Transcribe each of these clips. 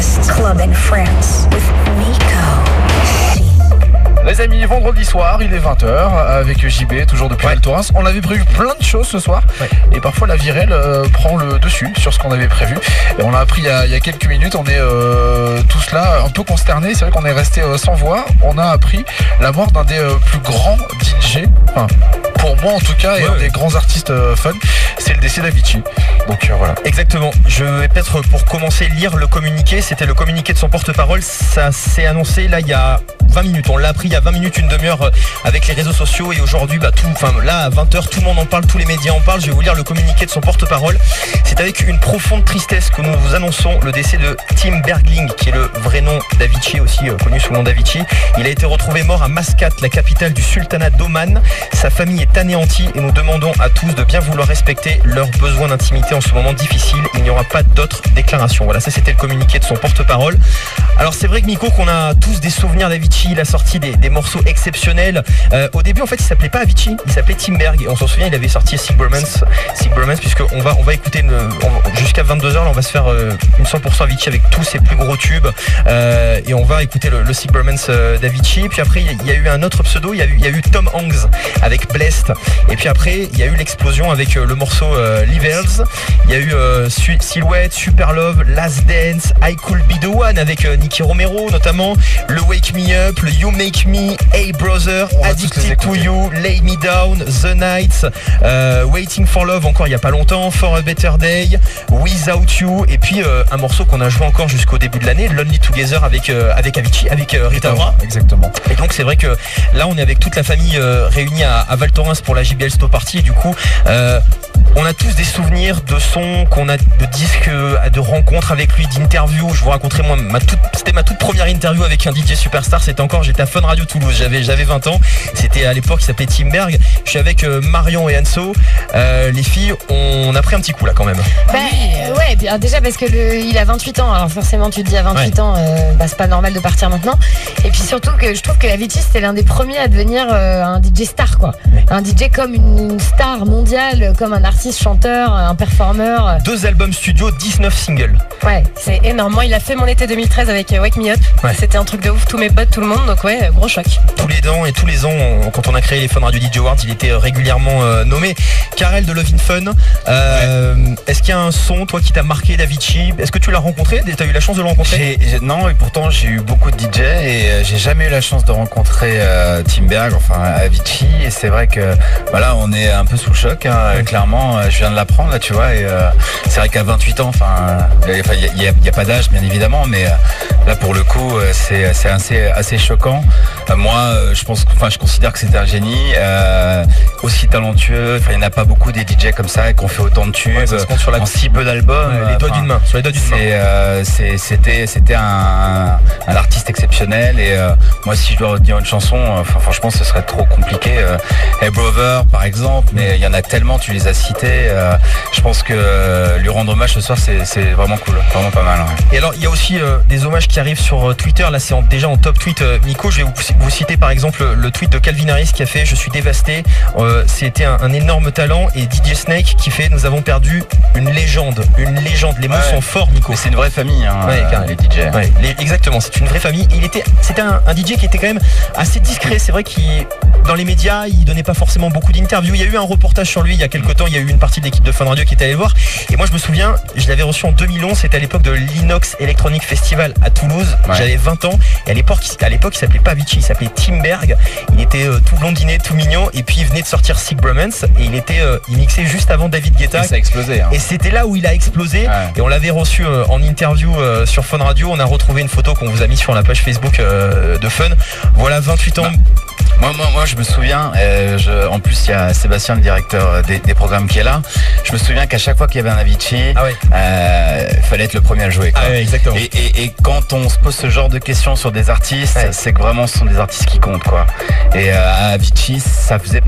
best club in France with Nico. Les amis, vendredi soir, il est 20h avec JB, toujours depuis Val Thorens. On avait prévu plein de choses ce soir et parfois la virelle prend le dessus sur ce qu'on avait prévu. Et on l'a appris il y a quelques minutes, on est tous là un peu consternés. C'est vrai qu'on est resté sans voix. On a appris la mort d'un des plus grands DJ, enfin, pour moi en tout cas, et un des grands artistes fun. C'est le décès d'Avicii. Donc voilà. Exactement. Je vais peut-être pour commencer lire le communiqué. C'était le communiqué de son porte-parole. Ça s'est annoncé là il y a 20 minutes. On l'a appris il y a 20 minutes, une demi-heure avec les réseaux sociaux et aujourd'hui là à 20h tout le monde en parle, tous les médias en parlent. Je vais vous lire le communiqué de son porte-parole. C'est avec une profonde tristesse que nous vous annonçons le décès de Tim Bergling, qui est le vrai nom d'Avicii, aussi connu sous le nom d'Avicii. Il a été retrouvé mort à Mascate, la capitale du sultanat d'Oman. Sa famille est anéantie et nous demandons à tous de bien vouloir respecter leurs besoins d'intimité en ce moment difficile. Il n'y aura pas d'autres déclarations. Voilà, ça c'était le communiqué de son porte-parole. Alors c'est vrai que Nico, qu'on a tous des souvenirs d'Avicii. Il a sorti des morceaux exceptionnels. Au début en fait il s'appelait pas Avicii, il s'appelait Tim Berg. Et on s'en souvient, il avait sorti Sick Bromance, puisqu'on va écouter jusqu'à 22h là, on va se faire une 100% Avicii avec tous ses plus gros tubes et on va écouter le Sick Bromance d'Avicii. Puis après il y a eu un autre pseudo, il y a eu Tom Hanks avec Blessed. Et puis après il y a eu l'explosion avec le morceau Levels. Il y a eu Silhouette, Super Love, Last Dance, I Could Be The One avec Nicky Romero notamment, le Wake Me Up, le You Make Me, Hey Brother, Addicted to You, Lay Me Down, The Nights, Waiting for Love encore il n'y a pas longtemps, For a Better Day, Without You, et puis un morceau qu'on a joué encore jusqu'au début de l'année, Lonely Together avec Avicii, avec Rita Ora. Exactement. Et donc c'est vrai que là on est avec toute la famille réunie à Val Thorens pour la JBL Sto Party et du coup on a tous des souvenirs de sons, qu'on a de disques, de rencontres avec lui, d'interviews. Je vous raconterai moi, c'était ma toute première interview avec un DJ superstar. J'étais à Fun Radio Toulouse, j'avais 20 ans. C'était à l'époque, il s'appelait Tim Berg. Je suis avec Marion et Anso. Les filles, on a pris un petit coup là quand même. Ouais, déjà parce que il a 28 ans. Alors forcément, tu te dis à 28 ans, c'est pas normal de partir maintenant. Et puis surtout que je trouve que Avicii c'était l'un des premiers à devenir un DJ star, quoi. Un DJ comme une star mondiale, comme un artiste, chanteur, un performeur. 2 albums studio, 19 singles. Ouais, c'est énorme. Moi, il a fait mon été 2013 avec Wake Me Up. Ouais. C'était un truc de ouf, tous mes potes, tout le monde. Donc ouais, gros choc. Tous les ans, quand on a créé les Fun Radio DJ Awards, il était régulièrement nommé. Karel de Love in Fun. Est-ce qu'il y a un son, toi, qui t'a marqué d'Avicii? Est-ce que tu l'as rencontré? T'as eu la chance de le rencontrer? Non, et pourtant j'ai eu beaucoup de DJ et j'ai jamais eu la chance de rencontrer Tim Berg, enfin Avicii. Et c'est vrai que voilà, on est un peu sous le choc, hein, clairement. Je viens de l'apprendre là, tu vois. Et c'est vrai qu'à 28 ans, il y a pas d'âge bien évidemment, mais là pour le coup, c'est assez choquant. Moi, je considère que c'est un génie, aussi talentueux. Enfin, il n'y en a pas beaucoup des DJ comme ça qui ont fait autant de tubes en si peu d'albums. Sur les doigts d'une main. C'était un artiste exceptionnel. Et moi, si je dois retenir une chanson, franchement, ce serait trop compliqué. Hey Brother, par exemple, mais il y en a tellement, tu les as cités. Je pense que lui rendre hommage ce soir, c'est vraiment cool, vraiment pas mal. Ouais. Et alors, il y a aussi des hommages qui arrivent sur Twitter. Là, c'est déjà en top tweet. Nico, je vais vous citer par exemple le tweet de Calvin Harris qui a fait « Je suis dévasté ». C'était un énorme talent. Et DJ Snake qui fait « Nous avons perdu une légende ». Les mots sont forts, Nico. Mais c'est une vraie famille, hein, les DJ. Ouais, exactement, c'est une vraie famille. C'était un DJ qui était quand même assez discret. C'est vrai qu'il dans les médias, il donnait pas forcément beaucoup d'interviews. Il y a eu un reportage sur lui il y a quelques temps. Il y a eu une partie de l'équipe de Fun Radio qui était allée le voir. Et moi, je me souviens, je l'avais reçu en 2011. C'était à l'époque de l'Inox Electronic Festival à Toulouse. Ouais. J'avais 20 ans. Et à l'époque, il s'appelait pas Avicii, il s'appelait Tim Berg. Il était tout blondiné, tout mignon. Et puis, il venait de sortir Sick Bromance. Et il mixait juste avant David Guetta. Et ça a explosé. Hein. Et c'était là où il a explosé. Ouais. Et on l'avait reçu en interview sur Fun Radio. On a retrouvé une photo qu'on vous a mis sur la page Facebook de Fun. Voilà, 28 ans. Moi, je me souviens, en plus il y a Sébastien, le directeur des programmes qui est là. Je me souviens qu'à chaque fois qu'il y avait un Avicii, fallait être le premier à le jouer. Quoi. Ah ouais, exactement. Et quand on se pose ce genre de questions sur des artistes, c'est que vraiment ce sont des artistes qui comptent, quoi. Et Avicii, ça faisait partie de ces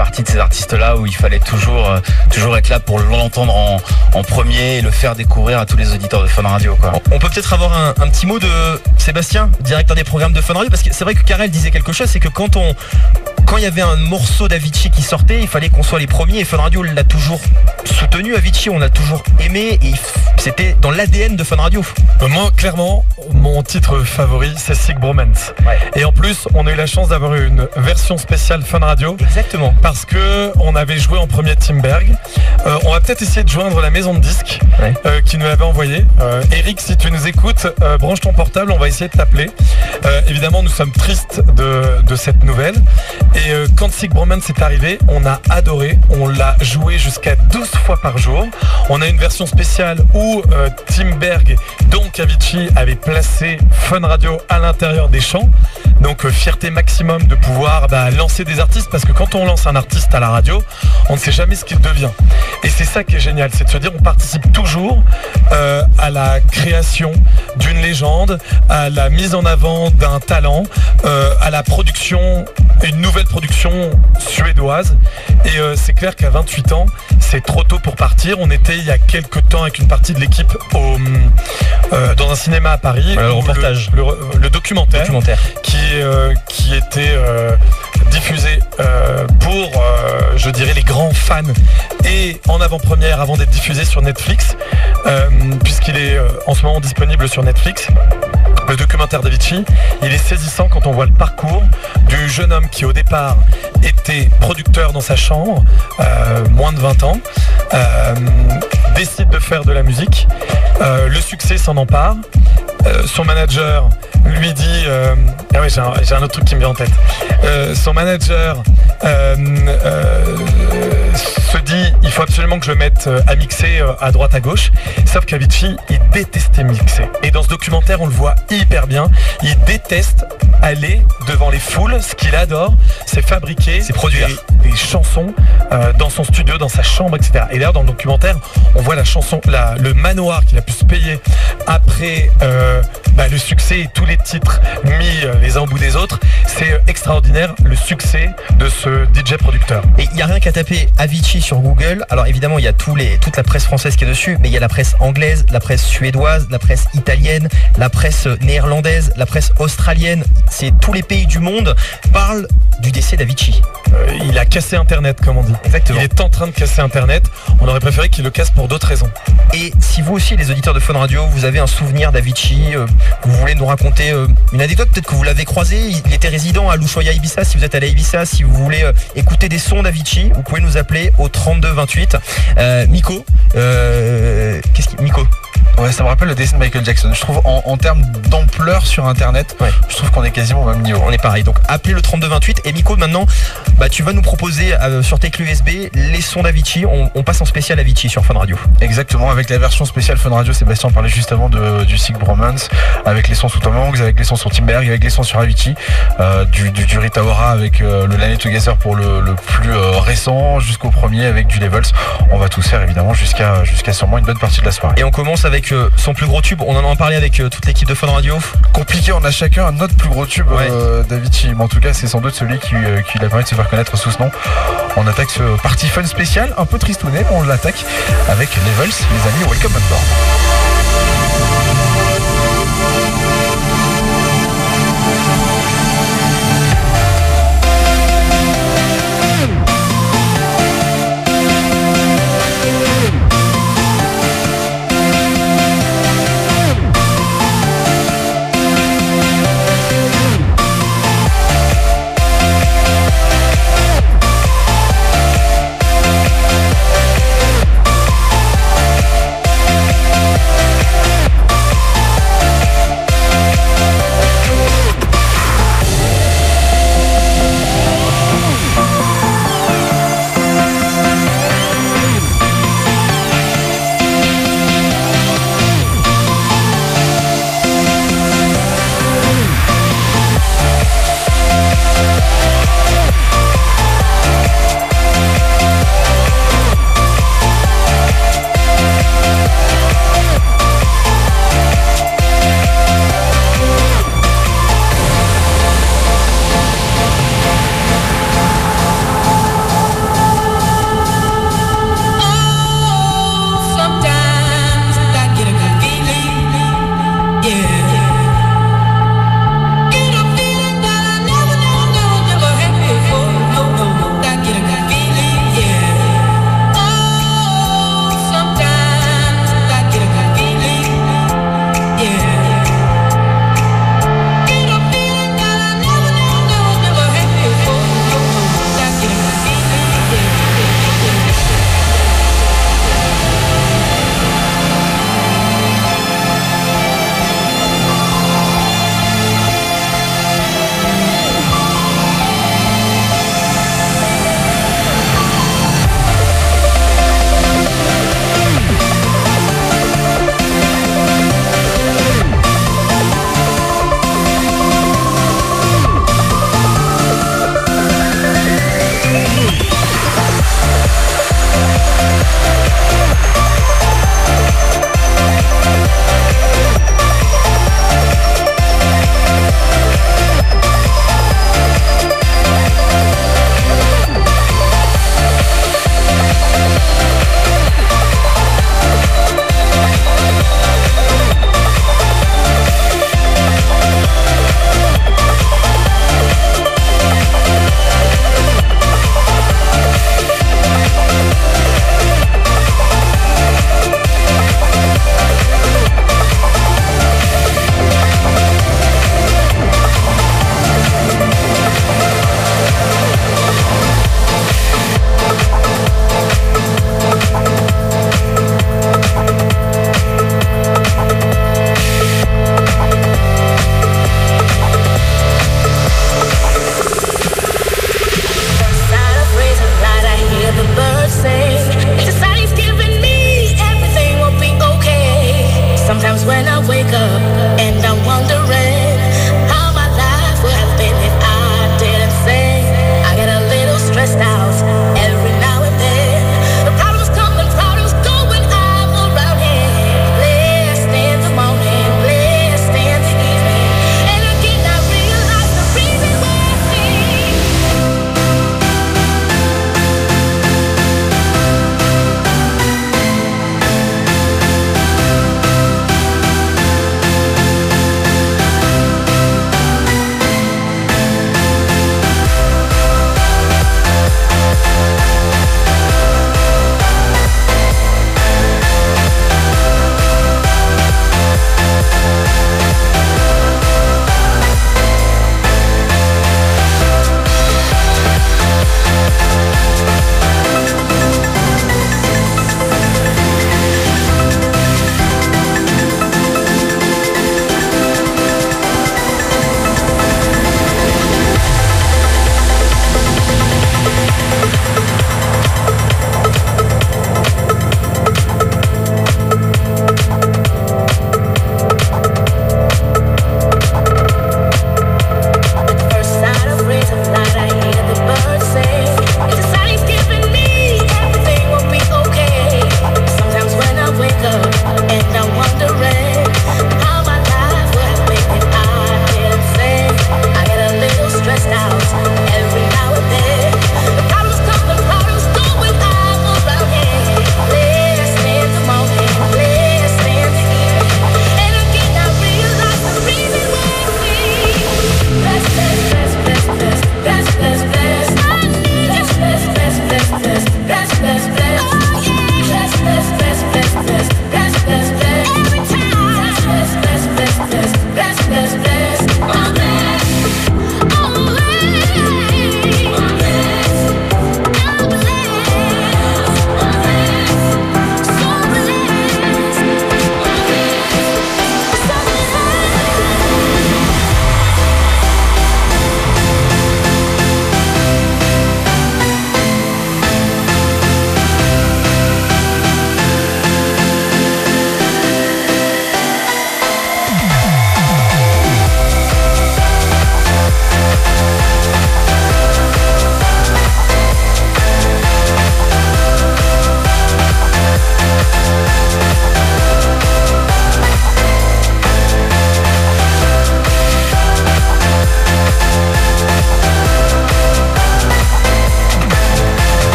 artistes-là où il fallait toujours être là pour l'entendre en premier et le faire découvrir à tous les auditeurs de Fun Radio, quoi. On peut peut-être avoir un petit mot de Sébastien, directeur des programmes de Fun Radio, parce que c'est vrai que Karel disait quelque chose, c'est que quand il y avait un morceau d'Avicii qui sortait, il fallait qu'on soit les premiers, et Fun Radio l'a toujours soutenu. Avicii, on a toujours aimé, et c'était dans l'ADN de Fun Radio. Moi, clairement, mon titre favori, c'est Sick Bromance. Ouais. Et en plus, on a eu la chance d'avoir une version spéciale Fun Radio. Exactement. Parce que on avait joué en premier Timberg. On va peut-être essayer de joindre la maison de disques qui nous l'avait envoyé. Eric, si tu nous écoutes, branche ton portable, on va essayer de t'appeler. Évidemment, nous sommes tristes de cette nouvelle. Et quand Sick Bromance est arrivé, on a adoré. On l'a joué jusqu'à 12 fois par jour. On a une version spéciale où Timberg, donc Avicii, avait placé Fun Radio à l'intérieur des chants. Donc fierté maximum de pouvoir lancer des artistes, parce que quand on lance un artiste à la radio, on ne sait jamais ce qu'il devient. Et c'est ça qui est génial, c'est de se dire on participe toujours à la création d'une légende, à la mise en avant d'un talent, à la production, une nouvelle production suédoise. Et c'est clair qu'à 28 ans, c'est trop tôt pour partir. On était il y a quelques temps avec une partie de l'équipe dans un cinéma à Paris. Le reportage. Le documentaire. Qui était diffusé pour, je dirais, les grands fans et en avant-première avant d'être diffusé sur Netflix, puisqu'il est en ce moment disponible sur Netflix. Le documentaire d'Avicii, il est saisissant quand on voit le parcours du jeune homme qui au départ était producteur dans sa chambre, moins de 20 ans, décide de faire de la musique, le succès s'en empare, son manager lui dit j'ai un autre truc qui me vient en tête. Son manager se dit il faut absolument que je le mette à mixer à droite à gauche, sauf qu'Avicii il détestait mixer, et dans ce documentaire on le voit hyper bien, il déteste aller devant les foules. Ce qu'il adore, c'est fabriquer, c'est produire des chansons dans son studio, dans sa chambre, etc. Et d'ailleurs dans le documentaire on voit la chanson, le manoir qu'il a pu se payer après le succès et tous les titres mis les uns au bout des autres. C'est extraordinaire le succès de ce DJ producteur. Et il n'y a rien qu'à taper Avicii sur Google. Alors évidemment il y a toute la presse française qui est dessus, mais il y a la presse anglaise, la presse suédoise, la presse italienne, la presse néerlandaise, la presse australienne. C'est tous les pays du monde parlent du décès d'Avicii. Il a cassé Internet, comme on dit. Exactement. Il est en train de casser Internet. On aurait préféré qu'il le casse pour d'autres raisons. Et si vous aussi, les auditeurs de Fun Radio, vous avez un souvenir d'Avicii, vous voulez nous raconter une anecdote, peut-être que vous l'avez croisé, il était résident à l'Ushuaïa Ibiza. Si vous êtes allé à Ibiza, si vous voulez écouter des sons d'Avicii, vous pouvez nous appeler au 32 28. Miko, Miko? Ouais, ça me rappelle le décès de Michael Jackson. Je trouve en termes d'ampleur sur Internet, je trouve qu'on est quasiment au même niveau. On est pareil. Donc appelez le 3228. Et Miko, maintenant, tu vas nous proposer sur tes clés USB les sons d'Avicii. On passe en spécial Avicii sur Fun Radio. Exactement, avec la version spéciale Fun Radio. Sébastien parlait juste avant du Sick Bromance, avec les sons sous Tom Hanks, avec les sons sur Timberg, avec les sons sur Avicii, du Rita Ora avec le Lane Together pour le plus récent, jusqu'au premier avec du Levels. On va tous faire évidemment jusqu'à sûrement une bonne partie de la soirée. Et on commence avec son plus gros tube. On en a parlé avec toute l'équipe de Fun Radio. Compliqué, on a chacun un autre plus gros tube d'Avicii, mais en tout cas c'est sans doute celui qui a permis de se faire connaître sous ce nom. On attaque ce party fun spécial, un peu tristounet, mais on l'attaque avec Levels, les amis, welcome on board.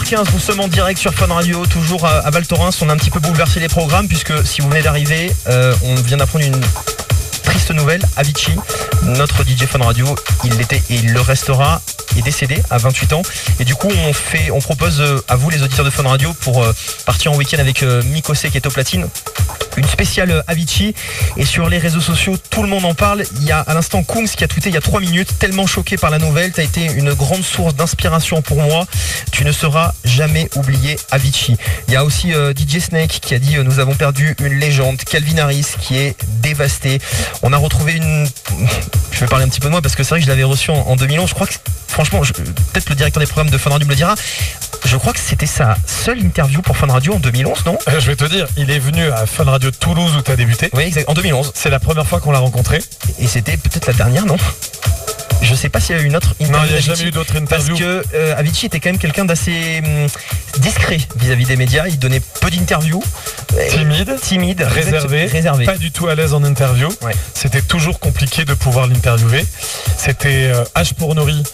21h15, nous sommes en direct sur Fun Radio, toujours à Val Thorens. On a un petit peu bouleversé les programmes puisque si vous venez d'arriver, on vient d'apprendre une triste nouvelle. Avicii, notre DJ Fun Radio, il l'était et il le restera, est décédé à 28 ans. Et du coup, on propose à vous, les auditeurs de Fun Radio, pour partir en week-end avec Miko C qui est au platine, une spéciale Avicii. Et sur les réseaux sociaux, tout le monde en parle. Il y a à l'instant Kungs qui a tweeté il y a 3 minutes, tellement choqué par la nouvelle. T'as été une grande source d'inspiration pour moi. Tu ne seras jamais oublié, Avicii. Il y a aussi DJ Snake qui a dit nous avons perdu une légende. Calvin Harris qui est dévasté. On a retrouvé je vais parler un petit peu de moi parce que c'est vrai que je l'avais reçu en 2011. Je crois que franchement, peut-être le directeur des programmes de Fun Radio me le dira. Je crois que c'était sa seule interview pour Fun Radio en 2011, non ? Je vais te dire, il est venu à Fun Radio de Toulouse où tu as débuté. Oui, exact, en 2011. C'est la première fois qu'on l'a rencontré. Et c'était peut-être la dernière, non ? Je sais pas s'il y a eu une autre interview. Non, il n'y a jamais eu d'autre interview. Parce que Avicii était quand même quelqu'un d'assez discret vis-à-vis des médias. Il donnait peu d'interviews. Timide, réservé. Pas du tout à l'aise en interview. Ouais. C'était toujours compliqué de pouvoir l'interviewer. C'était H pour Nori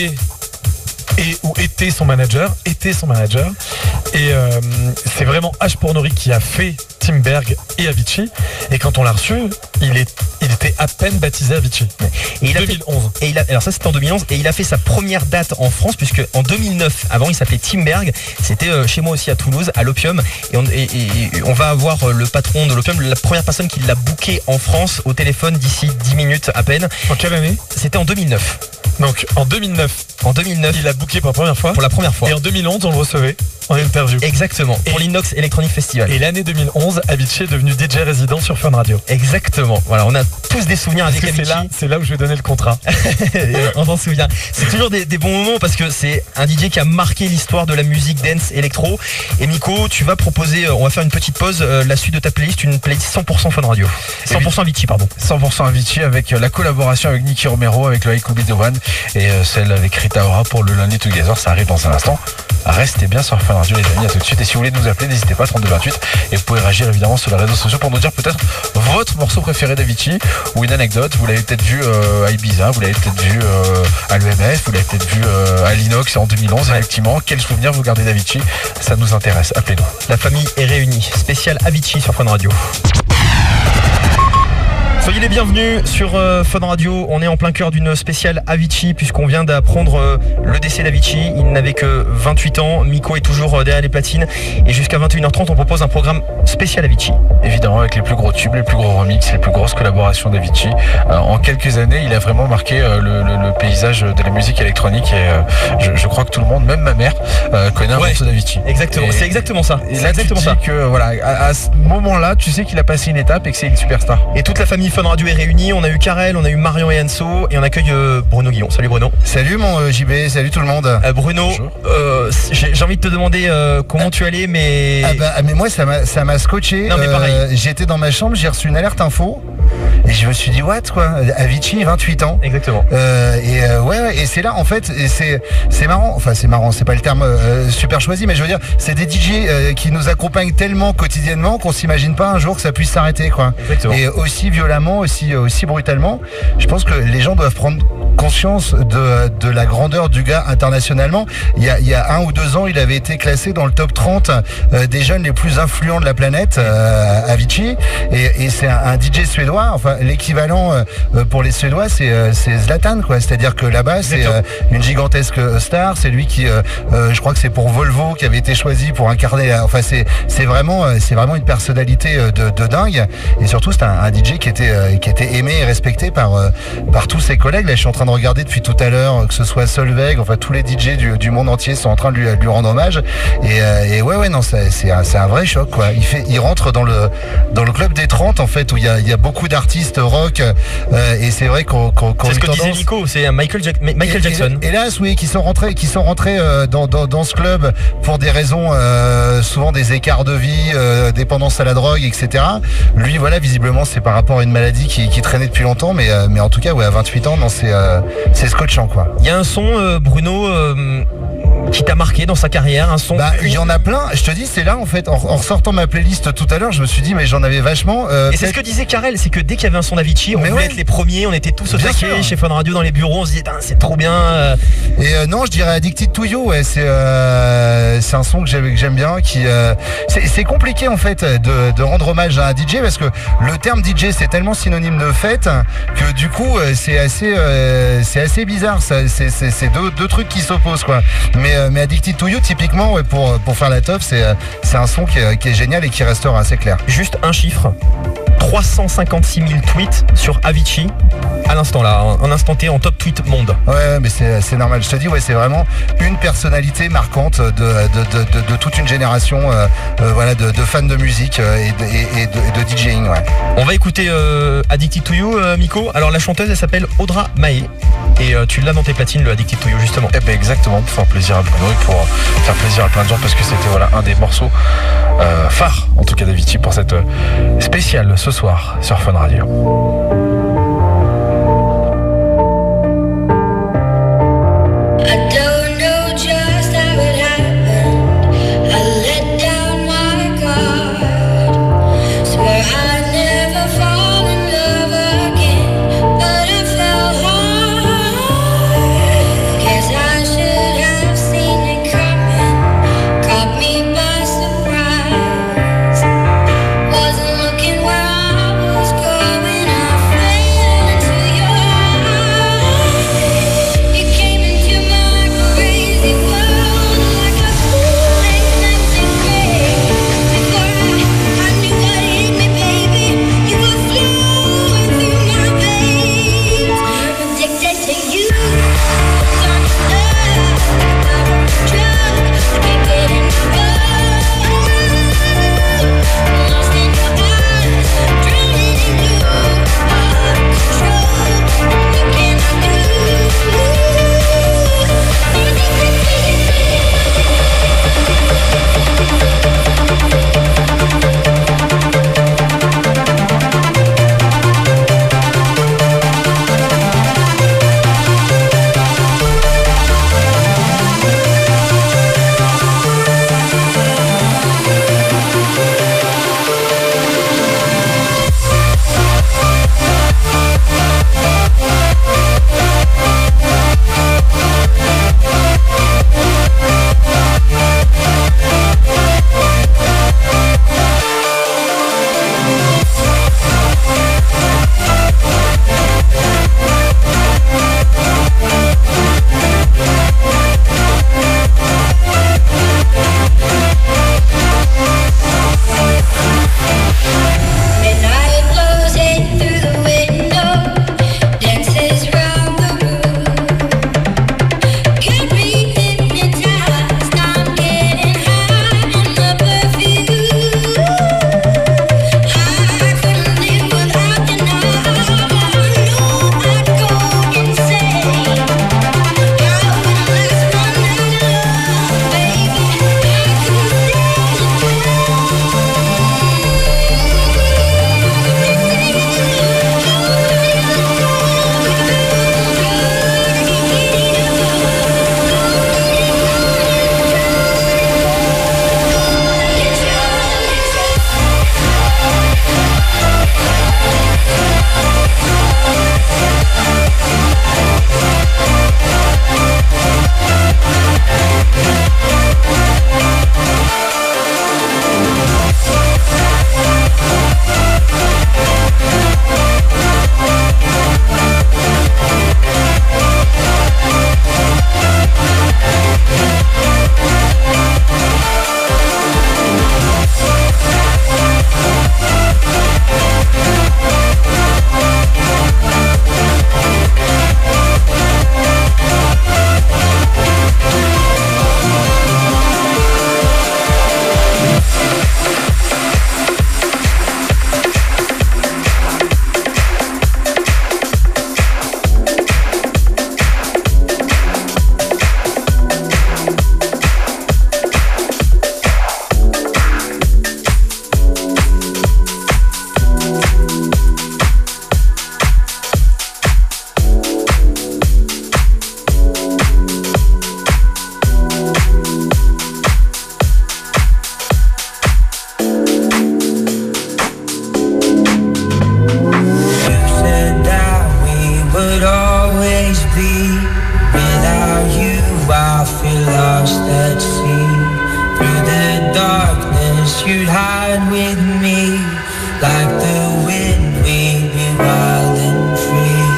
était son manager. Et c'est vraiment H pour Nori qui a fait Tim Berg et Avicii. Et quand on l'a reçu, il était à peine baptisé Avicii. Et 2011. Alors ça c'était en 2011. Et il a fait sa première date en France, puisque en 2009, avant il s'appelait Tim Berg. C'était chez moi aussi à Toulouse, à l'Opium. Et on va avoir le patron de l'Opium, la première personne qui l'a booké en France au téléphone d'ici 10 minutes à peine. En quelle année ? C'était en 2009. Donc en 2009, il l'a booké pour la première fois. Et en 2011, on le recevait en interview. Exactement. Pour l'Inox Electronic Festival. Et l'année 2011, Avicii est devenu DJ résident sur Fun Radio. Exactement. Voilà, on a tous des souvenirs avec Avicii. C'est là où je vais donner le contrat. On s'en souvient. C'est toujours des bons moments parce que c'est un DJ qui a marqué l'histoire de la musique dance électro. Et Miko, tu vas proposer, on va faire une petite pause, la suite de ta playlist, une playlist 100% Fun Radio. 100% Avicii, pardon. 100% Avicii avec la collaboration avec Nicky Romero, avec le I Could Be The One, et celle avec Rita Ora pour le Lonely Together. Ça arrive dans un instant. Restez bien sur Fun Radio, les amis, à tout de suite. Et si vous voulez nous appeler, n'hésitez pas, 3228. Et vous pouvez réagir évidemment sur les réseaux sociaux pour nous dire peut-être votre morceau préféré d'Avicii ou une anecdote. Vous l'avez peut-être vu à Ibiza, vous l'avez peut-être vu à l'EMF, vous l'avez peut-être vu à l'Inox en 2011. Effectivement, quel souvenir vous gardez d'Avicii ? Ça nous intéresse. Appelez-nous. La famille est réunie. Spécial Avicii sur Fun Radio. Soyez les bienvenus sur Fun Radio. On est en plein cœur d'une spéciale Avicii puisqu'on vient d'apprendre le décès d'Avicii. Il n'avait que 28 ans. Miko est toujours derrière les platines. Et jusqu'à 21h30, on propose un programme spécial Avicii. Évidemment, avec les plus gros tubes, les plus gros remixes, les plus grosses collaborations d'Avicii. En quelques années, il a vraiment marqué le paysage de la musique électronique. Et je crois que tout le monde, même ma mère, connaît un morceau d'Avicii. Exactement, c'est exactement ça. Et là, exactement ça. Que, voilà, à ce moment-là, tu sais qu'il a passé une étape et que c'est une superstar. Et toute la famille Fun Radio est réunie. On a eu Karel, on a eu Marion et Anso et on accueille Bruno Guillon. Salut Bruno. Salut mon JB, salut tout le monde. Bruno, j'ai envie de te demander comment tu allais, mais... mais moi ça m'a scotché. Non mais pareil. J'étais dans ma chambre, j'ai reçu une alerte info et je me suis dit what quoi, Avicii 28 ans. Exactement. Et c'est là en fait, c'est marrant, enfin c'est marrant, c'est pas le terme super choisi, mais je veux dire c'est des DJ qui nous accompagnent tellement quotidiennement qu'on s'imagine pas un jour que ça puisse s'arrêter quoi. Exactement. Et aussi violemment, aussi brutalement. Je pense que les gens doivent prendre conscience de la grandeur du gars internationalement. Il y a 1 ou 2 ans, il avait été classé dans le top 30 des jeunes les plus influents de la planète, Avicii, et c'est un DJ suédois. Enfin, l'équivalent pour les Suédois, c'est Zlatan, quoi. C'est-à-dire que là-bas, c'est une gigantesque star. C'est lui qui, je crois que c'est pour Volvo qui avait été choisi pour incarner. Enfin, c'est vraiment une personnalité de dingue. Et surtout, c'est un DJ qui était aimé et respecté par tous ses collègues. Là, je suis en train de regarder depuis tout à l'heure, que ce soit Solveig, enfin tous les DJ du monde entier sont en train de lui rendre hommage. Et non, c'est un vrai choc, quoi. Il rentre dans le club des 30 en fait, où il y a beaucoup d'artistes rock, et c'est vrai qu'on c'est ce que disait Nico, c'est Michael Jackson. Hélas, oui, qui sont rentrés dans ce club pour des raisons souvent des écarts de vie, dépendance à la drogue, etc. Lui, voilà, visiblement, c'est par rapport à une maladie qui traînait depuis longtemps, mais en tout cas, ouais, à 28 ans, non, c'est scotchant, quoi. Il y a un son, Bruno, qui t'a marqué dans sa carrière, un son? Il y en a plein, je te dis, c'est là en fait, en ressortant ma playlist tout à l'heure, je me suis dit mais j'en avais vachement. Et c'est ce que disait Karel, c'est que dès qu'il y avait un son d'Avicii, on voulait être les premiers, on était tous au taquet chez Fun Radio dans les bureaux, on se disait c'est trop bien. Et non, je dirais Addicted to You, ouais, c'est un son que j'aime bien, c'est compliqué en fait de rendre hommage à un DJ parce que le terme DJ c'est tellement synonyme de fête que du coup c'est assez bizarre, c'est deux trucs qui s'opposent quoi. Mais Addicted to You typiquement ouais, pour faire la teuf c'est un son qui est génial et qui restera assez clair. Juste un chiffre, 356 000 tweets sur Avicii à l'instant là, un instant T en top tweet monde. Ouais mais c'est normal, je te dis ouais c'est vraiment une personnalité marquante de toute une génération voilà, de fans de musique et de DJing ouais. On va écouter Addicted to You Miko. Alors la chanteuse elle s'appelle Audra Mahé et tu l'as dans tes platines le Addicted to You justement. Eh ben exactement, pour faire plaisir à Bruno et pour faire plaisir à plein de gens parce que c'était voilà un des morceaux phares en tout cas d'Avicii pour cette spéciale ce soir sur Fun Radio. Wasn't looking where I was going. I like the wind, we be wild and free.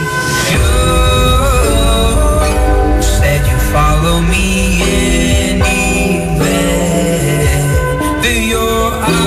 You said you follow me anywhere. Through your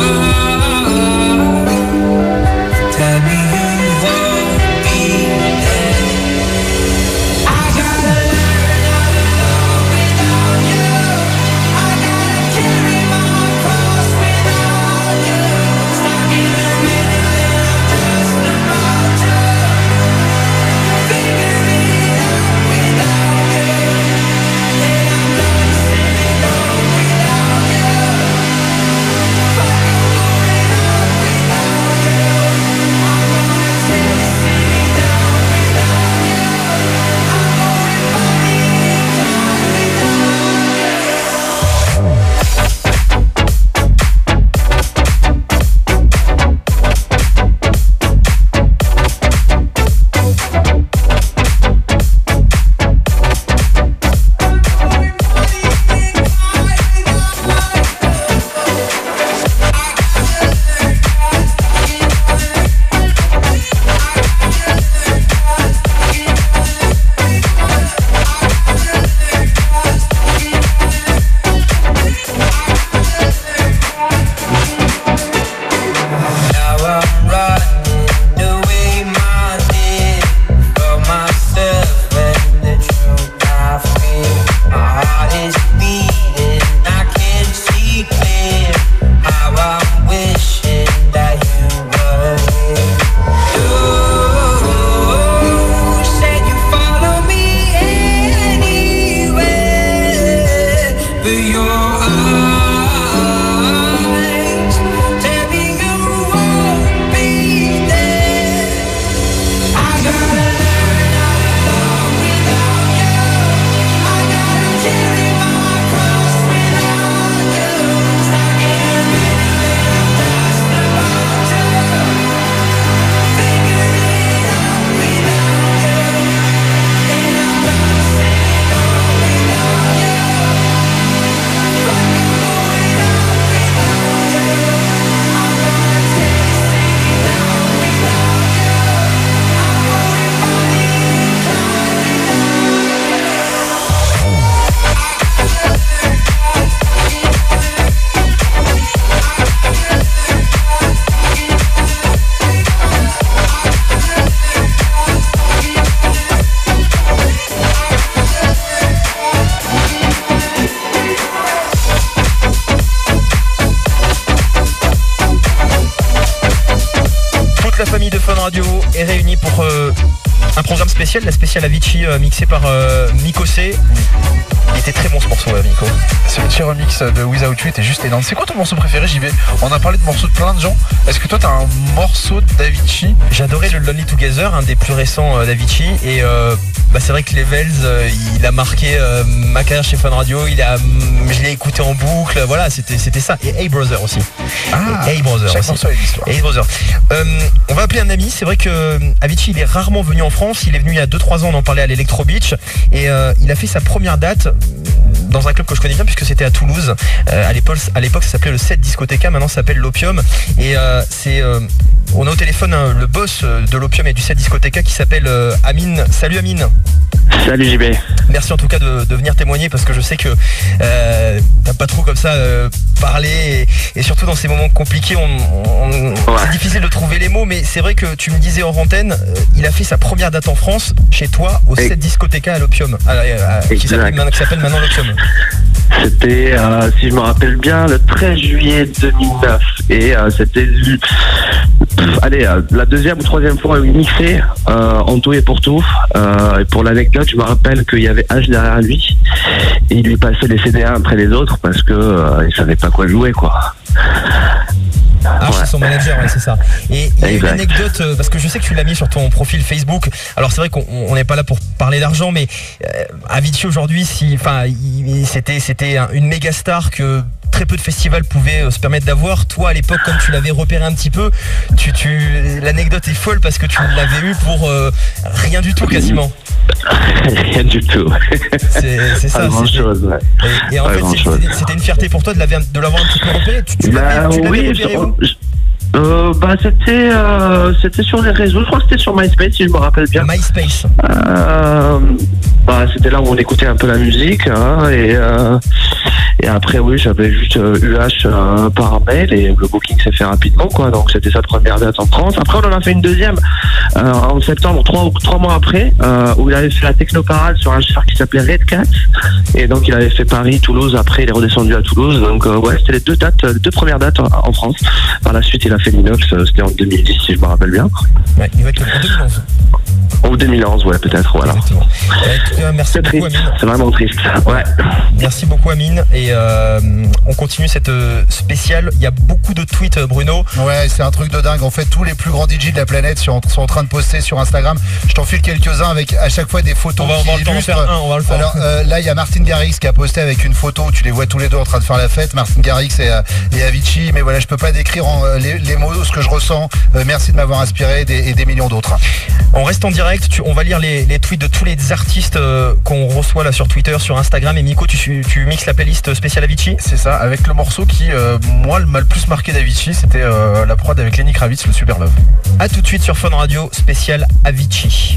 eyes, tell me you won't be there. I gotta learn how to love without you. I gotta carry my cross without you. Stuck in a minute and I'm just about to figure it out without you. And I'm gonna say no without you. Fucking going up without you. I'm gonna take the city down without you. I'm going funny in time now I'm running away, my dear, from myself and the truth I feel. My heart is beating, I can't see clear. How I'm wishing that you were here. You said you follow me anywhere, but your eyes tell me you won't be there. I gotta learn how to love without you. I gotta carry my cross without you. Stuck in a minute and I'm just about to figure it out without you. And I'm gonna say no without you. Fucking going up without you. I'm gonna take the city down without you. I'm going funny in time Toute la famille de Fun Radio est réunie pour un programme spécial, la spéciale Avicii mixée par Miko C. Il était très bon ce morceau, Miko. Ce petit remix de Without You était juste énorme. C'est quoi ton morceau préféré, JB? On a parlé de morceaux de plein de gens. Est-ce que toi t'as un morceau d'Avicii? J'adorais le Lonely Together, un des plus récents d'Avicii. Et c'est vrai que Levels, il a marqué ma carrière chez Fun Radio. Je l'ai écouté en boucle. Voilà, c'était ça. Et Hey Brother aussi. Ah, Hey Brother chaque aussi. morceau a une histoire. Hey Brother. On va appeler un ami. C'est vrai que Avicii, il est rarement venu en France. Il est venu il y a 2-3 ans, on en parlait à l'Electro Beach. Et il a fait sa première date dans un club que je connais bien puisque c'était à Toulouse. À l'époque ça s'appelait le 7 Discoteca, maintenant ça s'appelle l'Opium. Et on a au téléphone le boss de l'Opium et du 7 Discoteca qui s'appelle Amine. Salut Amine. Salut JB. Merci en tout cas de venir témoigner parce que je sais que t'as pas trop comme ça parlé et surtout dans ces moments compliqués c'est difficile de trouver les mots, mais c'est vrai que tu me disais hors antenne, il a fait sa première date en France chez toi au 7 Discoteca à l'Opium qui s'appelle maintenant l'Opium. C'était, si je me rappelle bien, le 13 juillet 2009 et c'était la deuxième ou troisième fois où il mixait en tout et pour tout. Et pour l'anecdote, je me rappelle qu'il y avait H derrière lui et il lui passait les CD après les autres parce que il savait pas quoi jouer, quoi. Ah, c'est son manager, ouais, c'est ça. Et il y a une anecdote, parce que je sais que tu l'as mis sur ton profil Facebook. Alors c'est vrai qu'on n'est pas là pour parler d'argent, mais Avicii aujourd'hui, c'était une méga star que très peu de festivals pouvaient se permettre d'avoir. Toi, à l'époque, comme tu l'avais repéré un petit peu, l'anecdote est folle parce que tu l'avais eu pour rien du tout quasiment. Rien du tout. C'est ça. Et en fait, c'était une fierté pour toi de l'avoir un petit peu repéré. Tu l'avais repéré où ? C'était sur les réseaux, je crois que c'était sur MySpace si je me rappelle bien. MySpace. C'était là où on écoutait un peu la musique hein, et après oui j'avais juste UH par mail et le booking s'est fait rapidement quoi, donc c'était sa première date en France. Après on en a fait une deuxième en septembre, trois mois après où il avait fait la technoparade sur un char qui s'appelait Red Cat et donc il avait fait Paris, Toulouse, après il est redescendu à Toulouse, donc ouais c'était les deux premières dates en France. Par la suite il a fait l'Inox, c'était en 2010 si je me rappelle bien. Ouais, il va être en 2011. En 2011 ouais peut-être voilà. Exactement. Merci c'est beaucoup triste, Amine. c'est vraiment triste. Ouais. Merci beaucoup Amine et on continue cette spéciale. Il y a beaucoup de tweets Bruno. Ouais, c'est un truc de dingue. En fait, tous les plus grands DJ de la planète sont en train de poster sur Instagram. Je t'en file quelques-uns avec à chaque fois des photos. On va le faire un, on va le faire. Alors là, il y a Martin Garrix qui a posté avec une photo où tu les vois tous les deux en train de faire la fête. Martin Garrix et Avicii. Mais voilà, je peux pas décrire les mots, ce que je ressens. Merci de m'avoir inspiré et des millions d'autres. On reste en direct. On va lire les tweets de tous les artistes qu'on reçoit là sur Twitter, sur Instagram. Et Miko, tu mixes la playlist spéciale Avicii. C'est ça, avec le morceau qui, moi, m'a le plus marqué d'Avicii, c'était la prod avec Lenny Kravitz, le Super Love. A tout de suite sur Fun Radio, spécial Avicii.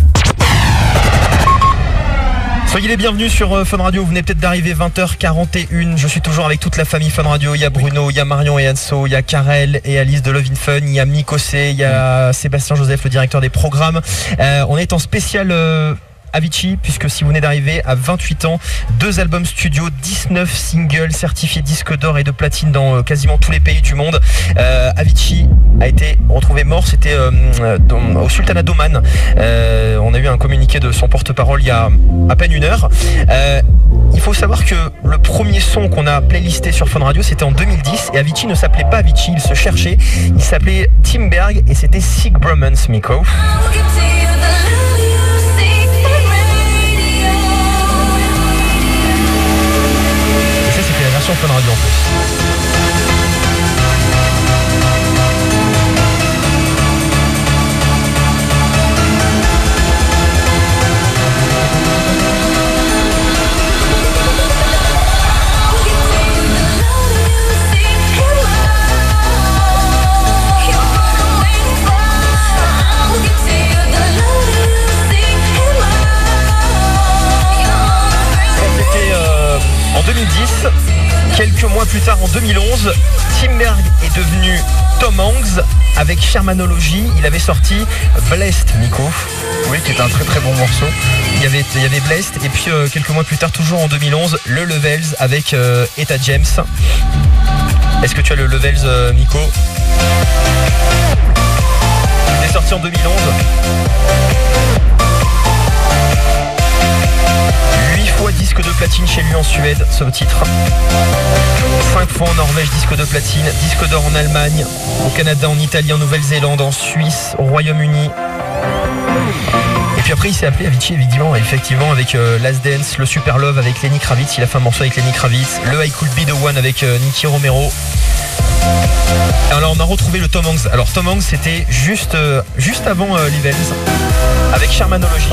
Soyez les bienvenus sur Fun Radio, vous venez peut-être d'arriver 20h41, je suis toujours avec toute la famille Fun Radio, il y a Bruno, il y a Marion et Anso, il y a Karel et Alice de Love in Fun, il y a Miko C, il y a Sébastien Joseph, le directeur des programmes. On est en spécial Avicii, puisque si vous venez d'arriver à 28 ans, 2 albums studio, 19 singles certifiés disques d'or et de platine dans quasiment tous les pays du monde. Avicii a été retrouvé mort, c'était au Sultanat d'Oman. On a eu un communiqué de son porte-parole il y a à peine une heure. Il faut savoir que le premier son qu'on a playlisté sur Fun Radio, c'était en 2010 et Avicii ne s'appelait pas Avicii, il se cherchait, il s'appelait Tim Berg et c'était Sick Bromance, Miko. Fun Radio en plus. En 2010, quelques mois plus tard en 2011, Tim Berg est devenu Tom Hanks avec Shermanology. Il avait sorti Blessed, Nico. Oui, qui est un très très bon morceau. Il y avait Blessed et puis quelques mois plus tard, toujours en 2011, le Levels avec Etta James. Est-ce que tu as le Levels, Nico? Il est sorti en 2011. 8 fois disque de platine chez lui en Suède, ce titre. 5 fois en Norvège, disque de platine. Disque d'or en Allemagne, au Canada, en Italie, en Nouvelle-Zélande, en Suisse, au Royaume-Uni. Et puis après, il s'est appelé Avicii, effectivement, avec Last Dance, le Super Love avec Lenny Kravitz. Il a fait un morceau avec Lenny Kravitz. Le I Could Be The One avec Nicky Romero. Alors on a retrouvé le Tom Hanks. Alors Tom Hanks, c'était juste avant Levels avec Shermanology.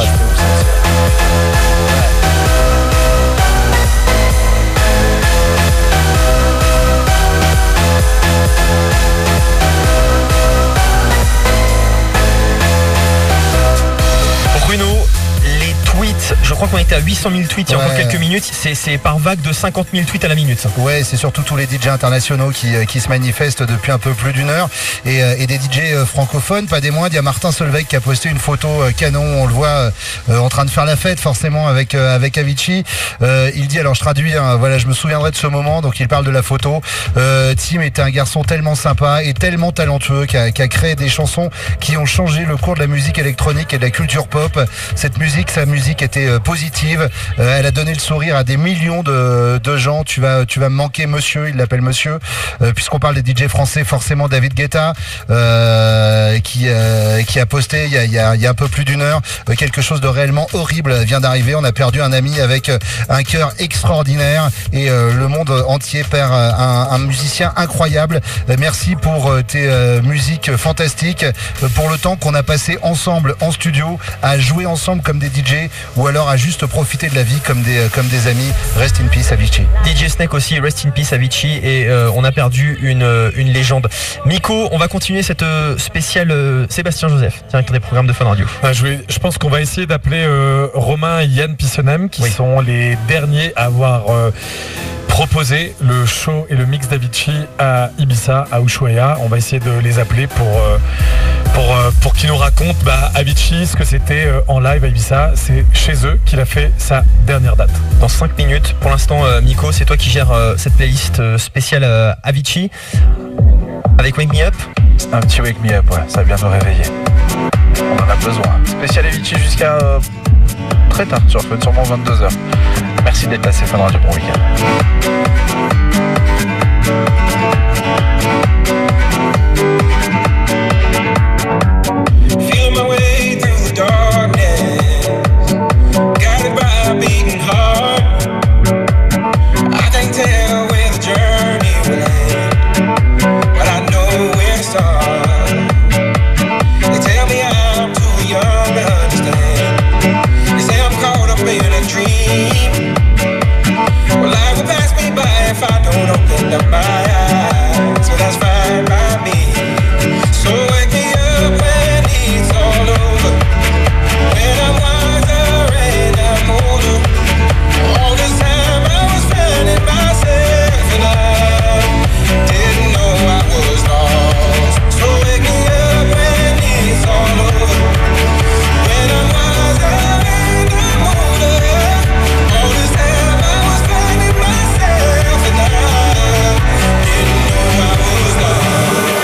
Bruno, les tweets, je crois qu'on était à 800 000 tweets il y a encore quelques minutes, c'est par vague de 50 000 tweets à la minute. Ouais, c'est surtout tous les DJ internationaux qui se manifestent depuis un peu plus d'une heure et des DJ francophones, pas des moindres. Il y a Martin Solveig qui a posté une photo canon, on le voit en train de faire la fête forcément avec Avicii. Il dit, alors je traduis, hein, voilà, je me souviendrai de ce moment, donc il parle de la photo. Tim était un garçon tellement sympa et tellement talentueux qui a créé des chansons qui ont changé le cours de la musique électronique et de la culture pop. Sa musique était positive, elle a donné le sourire à des millions de gens. Tu vas me manquer monsieur, il l'appelle monsieur, puisqu'on parle des DJ français, forcément David Guetta qui a posté il y a un peu plus d'une heure quelque chose de réellement horrible vient d'arriver. On a perdu un ami avec un cœur extraordinaire et le monde entier perd un musicien incroyable. Merci pour tes musiques fantastiques, pour le temps qu'on a passé ensemble en studio à jouer ensemble comme des DJ ou alors à juste profiter de la vie comme des amis. Rest in peace Avicii. DJ Snake aussi, Rest in Peace Avicii, et on a perdu une légende. Miko, on va continuer cette spéciale Sébastien Joseph, directeur des programmes de Fun Radio. Je pense qu'on va essayer d'appeler Romain et Yann Pissonem, qui sont les derniers à avoir proposé le show et le mix d'Avicii à Ibiza, à Ushuaia. On va essayer de les appeler pour qu'ils nous racontent Avicii, ce que c'était en live à Ibiza. C'est chez eux qu'il a fait sa dernière date. Dans 5 minutes, pour l'instant, Miko, c'est toi qui gères cette playlist spéciale Avicii avec Wake Me Up. Un petit Wake Me Up, ouais, ça vient me réveiller. On en a besoin. Spécial Avicii jusqu'à très tard sur Fun, sûrement 22h. Merci d'être là, c'est Fun Radio, bon week-end. Feel my way through the darkness, guided by a beating heart. I can't tell where the journey will end, but I know where to start. They tell me I'm too young to understand. They say I'm caught up in a dream. Well, life will pass me by if I don't open up my eyes. So that's fine by me. So wake me up when it's all over, when I'm wiser and I'm older. All this time I was finding myself and I didn't know I was lost. So wake me up when it's all over, when I'm wiser and I'm older. All this time I was finding myself and I didn't know I was lost.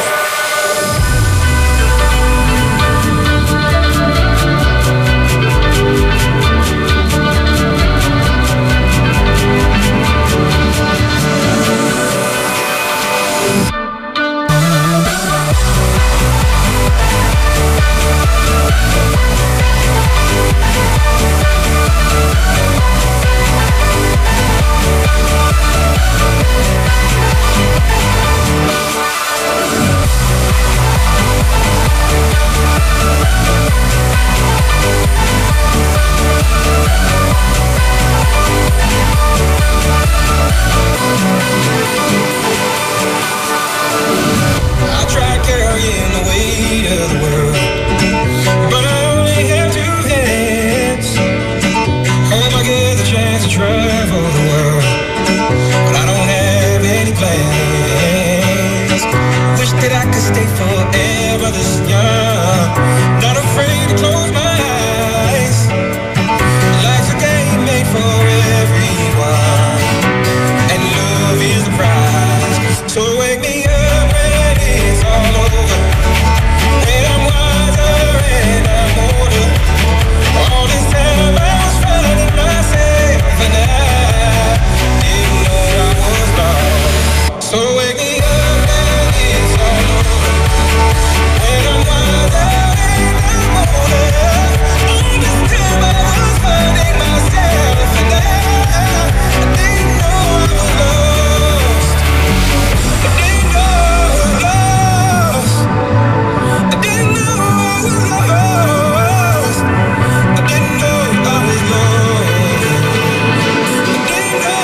I tried carrying the weight of the world, but I only have 2 hands. Hope I get the chance to travel the world, but I don't have any plans. Wish that I could stay forever this young, not afraid to close my eyes. Life's a game made for everyone, and love is the prize. So wake me up when it's all over, when I'm wiser and I'm older. All this time I was finding myself and I didn't know I was lost. So wake me up when it's all over, when I'm wiser and I'm older. All this time I was finding myself and I didn't know I was lost. I didn't know I was lost. I didn't know I was lost. I didn't know I was lost. I didn't know.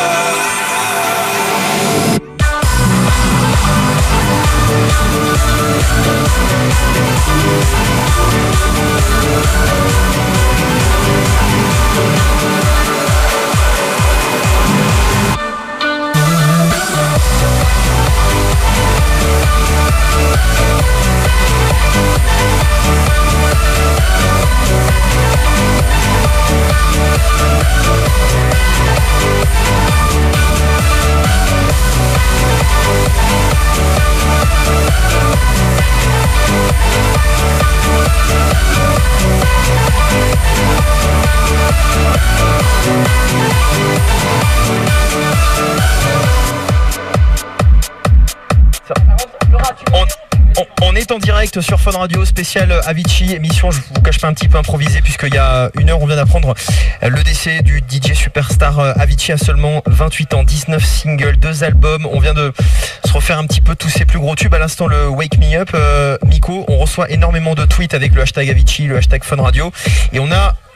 On est en direct sur Fun Radio spécial Avicii, émission, je vous cache pas, un petit peu improvisée, puisqu'il y a 1 heure on vient d'apprendre le décès du DJ superstar Avicii à seulement 28 ans, 19 singles, 2 albums. On vient de se refaire un petit peu tous ses plus gros tubes, à l'instant le Wake Me Up. Miko, on reçoit énormément de tweets avec le hashtag Avicii, le hashtag Fun Radio, et on a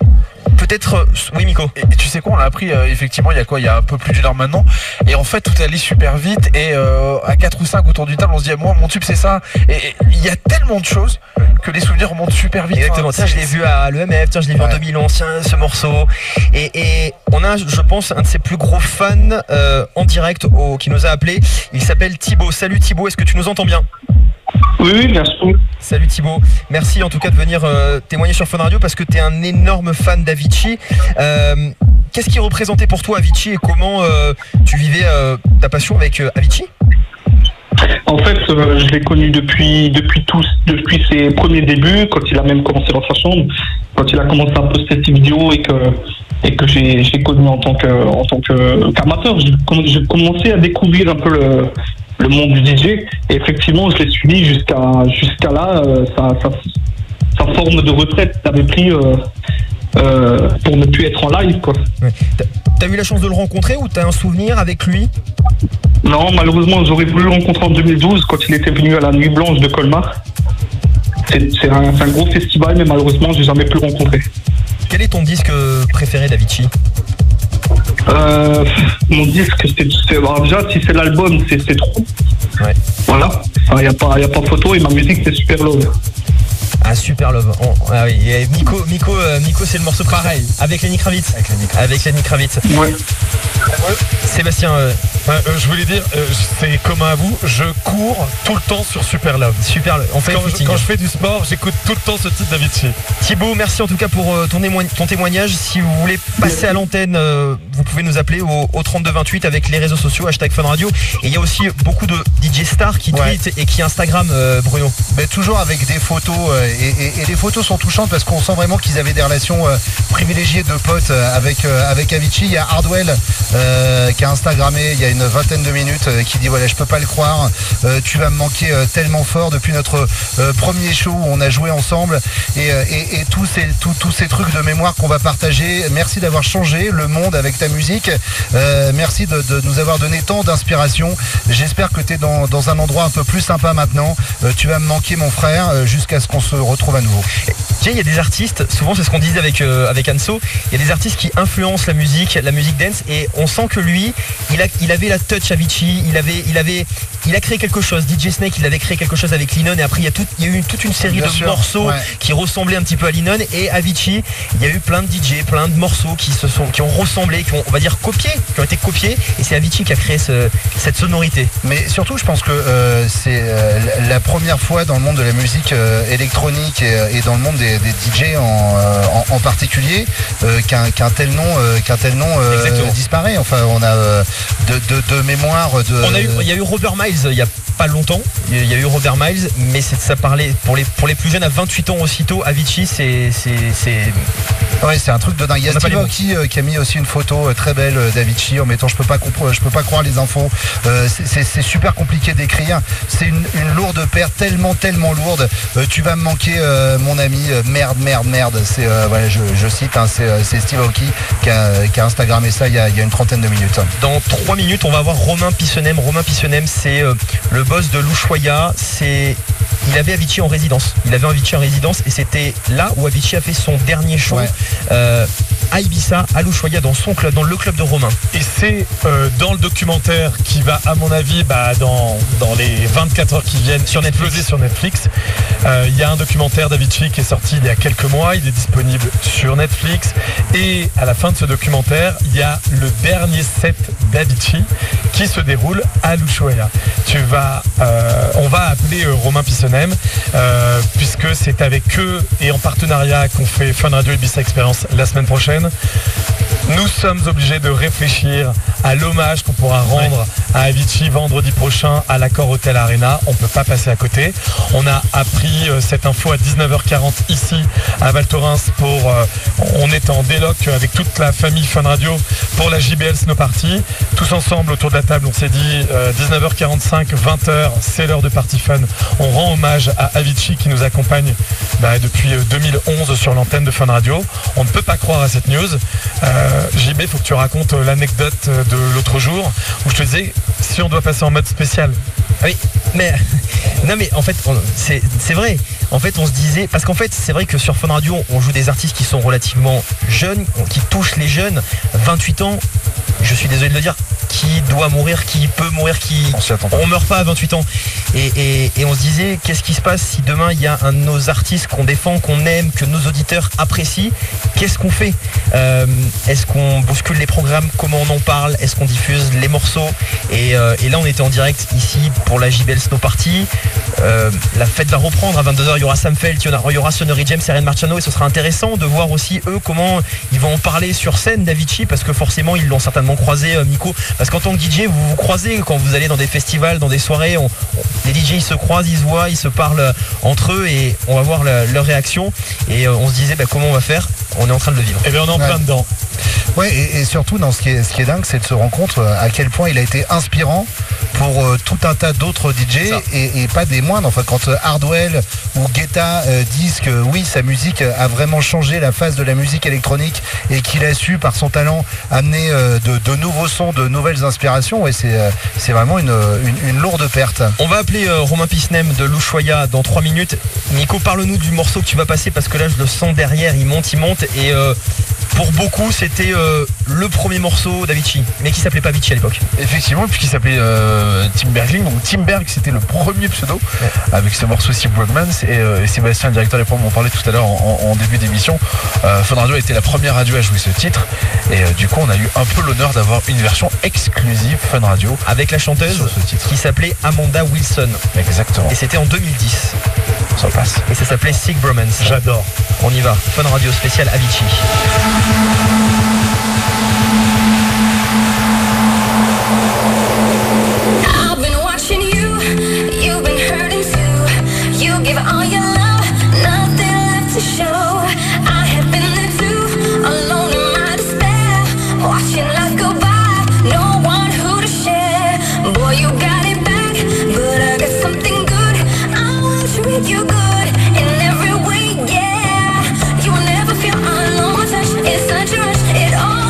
peut-être... Oui, Miko. Et tu sais quoi, on l'a appris effectivement il y a quoi, il y a un peu plus d'une heure maintenant. Et en fait, tout allait super vite. Et à 4 ou 5 autour d'une table, on se dit, moi, mon tube, c'est ça. Et il y a tellement de choses que les souvenirs remontent super vite. Exactement. Tiens, je l'ai vu à l'EMF, tiens, je l'ai vu en 2011, tiens, ce morceau. Et on a, je pense, un de ses plus gros fans en direct qui nous a appelé. Il s'appelle Thibaut. Salut Thibaut, est-ce que tu nous entends bien ? Oui, bien sûr. Salut Thibaut, merci en tout cas de venir témoigner sur Fun Radio parce que tu es un énorme fan d'Avicii. Qu'est-ce qui représentait pour toi Avicii et comment tu vivais ta passion avec Avicii ? En fait, je l'ai connu depuis ses premiers débuts, quand il a même commencé dans sa chambre, quand il a commencé à poster ses vidéos et que j'ai connu en tant qu'amateur. J'ai commencé à découvrir un peu le monde du DJ et effectivement je l'ai suivi jusqu'à là, sa forme de retraite l'avait pris pour ne plus être en live, quoi. Ouais. T'as eu la chance de le rencontrer ou t'as un souvenir avec lui ? Non, malheureusement j'aurais voulu le rencontrer en 2012 quand il était venu à la Nuit Blanche de Colmar. C'est un gros festival, mais malheureusement j'ai jamais pu le rencontrer. Quel est ton disque préféré d'Avicii ? Mon disque, alors déjà si c'est l'album, c'est trop. Ouais. Voilà, il y a pas photo et ma musique c'est Super Love. Ah, Super Love. Ah oui. Et Miko, c'est le morceau pareil. Avec Lenny Kravitz. Avec Lenny Kravitz. Ouais. Sébastien. Je voulais dire, c'est commun à vous, je cours tout le temps sur Super Love. Super Love. Quand je fais du sport, j'écoute tout le temps ce titre d'Avicii. Thibaut, merci en tout cas pour ton témoignage. Si vous voulez passer à l'antenne, vous pouvez nous appeler au 3228 avec les réseaux sociaux, #Fun Radio. Et il y a aussi beaucoup de DJ stars qui tweetent et qui Instagram, Bruno. Mais toujours avec des photos et les photos sont touchantes parce qu'on sent vraiment qu'ils avaient des relations privilégiées de potes avec Avicii. Il y a Hardwell qui a Instagrammé il y a une vingtaine de minutes qui dit voilà, je peux pas le croire, tu vas me manquer tellement fort depuis notre premier show où on a joué ensemble et tous ces trucs de mémoire qu'on va partager. Merci d'avoir changé le monde avec ta musique, merci de nous avoir donné tant d'inspiration. J'espère que tu es dans un endroit un peu plus sympa maintenant. Tu vas me manquer mon frère jusqu'à ce qu'on se retrouve à nouveau. Il y a des artistes, souvent c'est ce qu'on disait avec Anso, il y a des artistes qui influencent la musique dance et on sent que lui, il avait la touch Avicii, il a créé quelque chose. DJ Snake, il avait créé quelque chose avec Lennon et après il y a eu toute une série de morceaux qui ressemblaient un petit peu à Lennon et Avicii. Il y a eu plein de DJ, plein de morceaux qui ont ressemblé, qui ont, on va dire, qui ont été copiés et c'est Avicii qui a créé cette sonorité. Mais surtout, je pense que c'est la première fois dans le monde de la musique électronique et dans le monde des DJ en particulier qu'un tel nom disparaît. Enfin, on a de mémoire il y a eu Robert Miles il y a pas longtemps. Il y a eu Robert Miles, mais ça parlait pour les plus jeunes à 28 ans aussitôt. Avicii, c'est un truc de dingue. Il y a Steve Aoki qui a mis aussi une photo très belle d'Avicii en mettant je peux pas croire les infos. C'est super compliqué d'écrire. C'est une lourde paire, tellement lourde. Tu vas me manquer mon ami. Merde. C'est voilà, je cite, hein, c'est Steve Aoki qui a Instagrammé ça il y a une trentaine de minutes. Dans 3 minutes, on va voir Romain Pissonem. Romain Pissonem, c'est le boss de l'Ushuaïa. Il avait Avicii en résidence. Et c'était là où Avicii a fait son dernier show à Ibiza, à l'Ushuaïa, dans son club, dans le club de Romain. Et c'est dans le documentaire qui va, à mon avis, dans les 24 heures qui viennent, exploser sur Netflix. Il y a un documentaire d'Avicii qui est sorti il y a quelques mois. Il est disponible sur Netflix. Et à la fin de ce documentaire, il y a le dernier set d'Avicii qui se déroule à l'Ushuaïa. On va appeler Romain Pissonem puisque c'est avec eux et en partenariat qu'on fait Fun Radio Ibiza Experience la semaine prochaine. Nous sommes obligés de réfléchir à l'hommage qu'on pourra rendre à Avicii vendredi prochain à l'Accor Hotel Arena. On ne peut pas passer à côté. On a appris cette info à 19h40 ici à Val Thorens on est en déloc avec toute la famille Fun Radio pour la JBL Snow Party. Tous ensemble autour de la table, on s'est dit 19h45, 20h, c'est l'heure de Party Fun. On rend hommage à Avicii qui nous accompagne depuis 2011 sur l'antenne de Fun Radio. On ne peut pas croire à cette news. JB, il faut que tu racontes l'anecdote de l'autre jour où je te disais si on doit passer en mode spécial. Oui, mais non, mais en fait c'est vrai. En fait, on se disait, parce qu'en fait, c'est vrai que sur Fun Radio, on joue des artistes qui sont relativement jeunes, qui touchent les jeunes. 28 ans, je suis désolé de le dire, qui doit mourir, qui peut mourir, on meurt pas à 28 ans. Et on se disait, qu'est-ce qui se passe si demain il y a un de nos artistes qu'on défend, qu'on aime, que nos auditeurs apprécient? Qu'est-ce qu'on fait? Est-ce qu'on bouscule les programmes? Comment on en parle? Est-ce qu'on diffuse les morceaux? Et là, on était en direct ici pour la JBL Snow Party. La fête va reprendre à 22h. Il y aura Sam Felt, il y aura Sonnery James et Ren Marciano, et ce sera intéressant de voir aussi eux comment ils vont en parler sur scène d'Avicii, parce que forcément ils l'ont certainement croisé, Miko, parce qu'en tant que DJ vous vous croisez quand vous allez dans des festivals, dans des soirées, les DJ ils se croisent, ils se voient, ils se parlent entre eux, et on va voir leur réaction, et on se disait comment on va faire. On est en train de le vivre. Et bien on est en plein dedans. Ouais, et surtout, ce qui est dingue, c'est de se rendre compte à quel point il a été inspirant pour tout un tas d'autres DJ, et pas des moindres. Enfin, quand Hardwell ou Guetta disent que oui, sa musique a vraiment changé la face de la musique électronique, et qu'il a su, par son talent, amener de nouveaux sons, de nouvelles inspirations, ouais, c'est vraiment une lourde perte. On va appeler Romain Pisnem de l'Ushuaïa dans 3 minutes. Nico, parle-nous du morceau que tu vas passer, parce que là, je le sens derrière, il monte, et pour beaucoup, c'était le premier morceau d'Avicii, mais qui s'appelait pas Avicii à l'époque. Effectivement, puisqu'il s'appelait Tim Bergling. Donc Tim Berg, c'était le premier pseudo, avec ce morceau Steve Wegmans, et Sébastien, le directeur des programmes, m'en parlait tout à l'heure en début d'émission. Fun Radio a été la première radio à jouer ce titre, et du coup on a eu un peu l'honneur d'avoir une version exclusive Fun Radio avec la chanteuse qui s'appelait Amanda Wilson. Exactement. Et c'était en 2010. Ça passe. Et ça s'appelait Sick Bromance. J'adore. On y va. Fun Radio spécial Avicii. I've been watching you, you've been hurting too. You give all your love, nothing left to show. I have been there too, alone in my despair, watching life go by, no one who to share. Boy, you got it back, but I got something good. I will treat you good in every way, yeah. You will never feel alone, my touch is such a rush, it all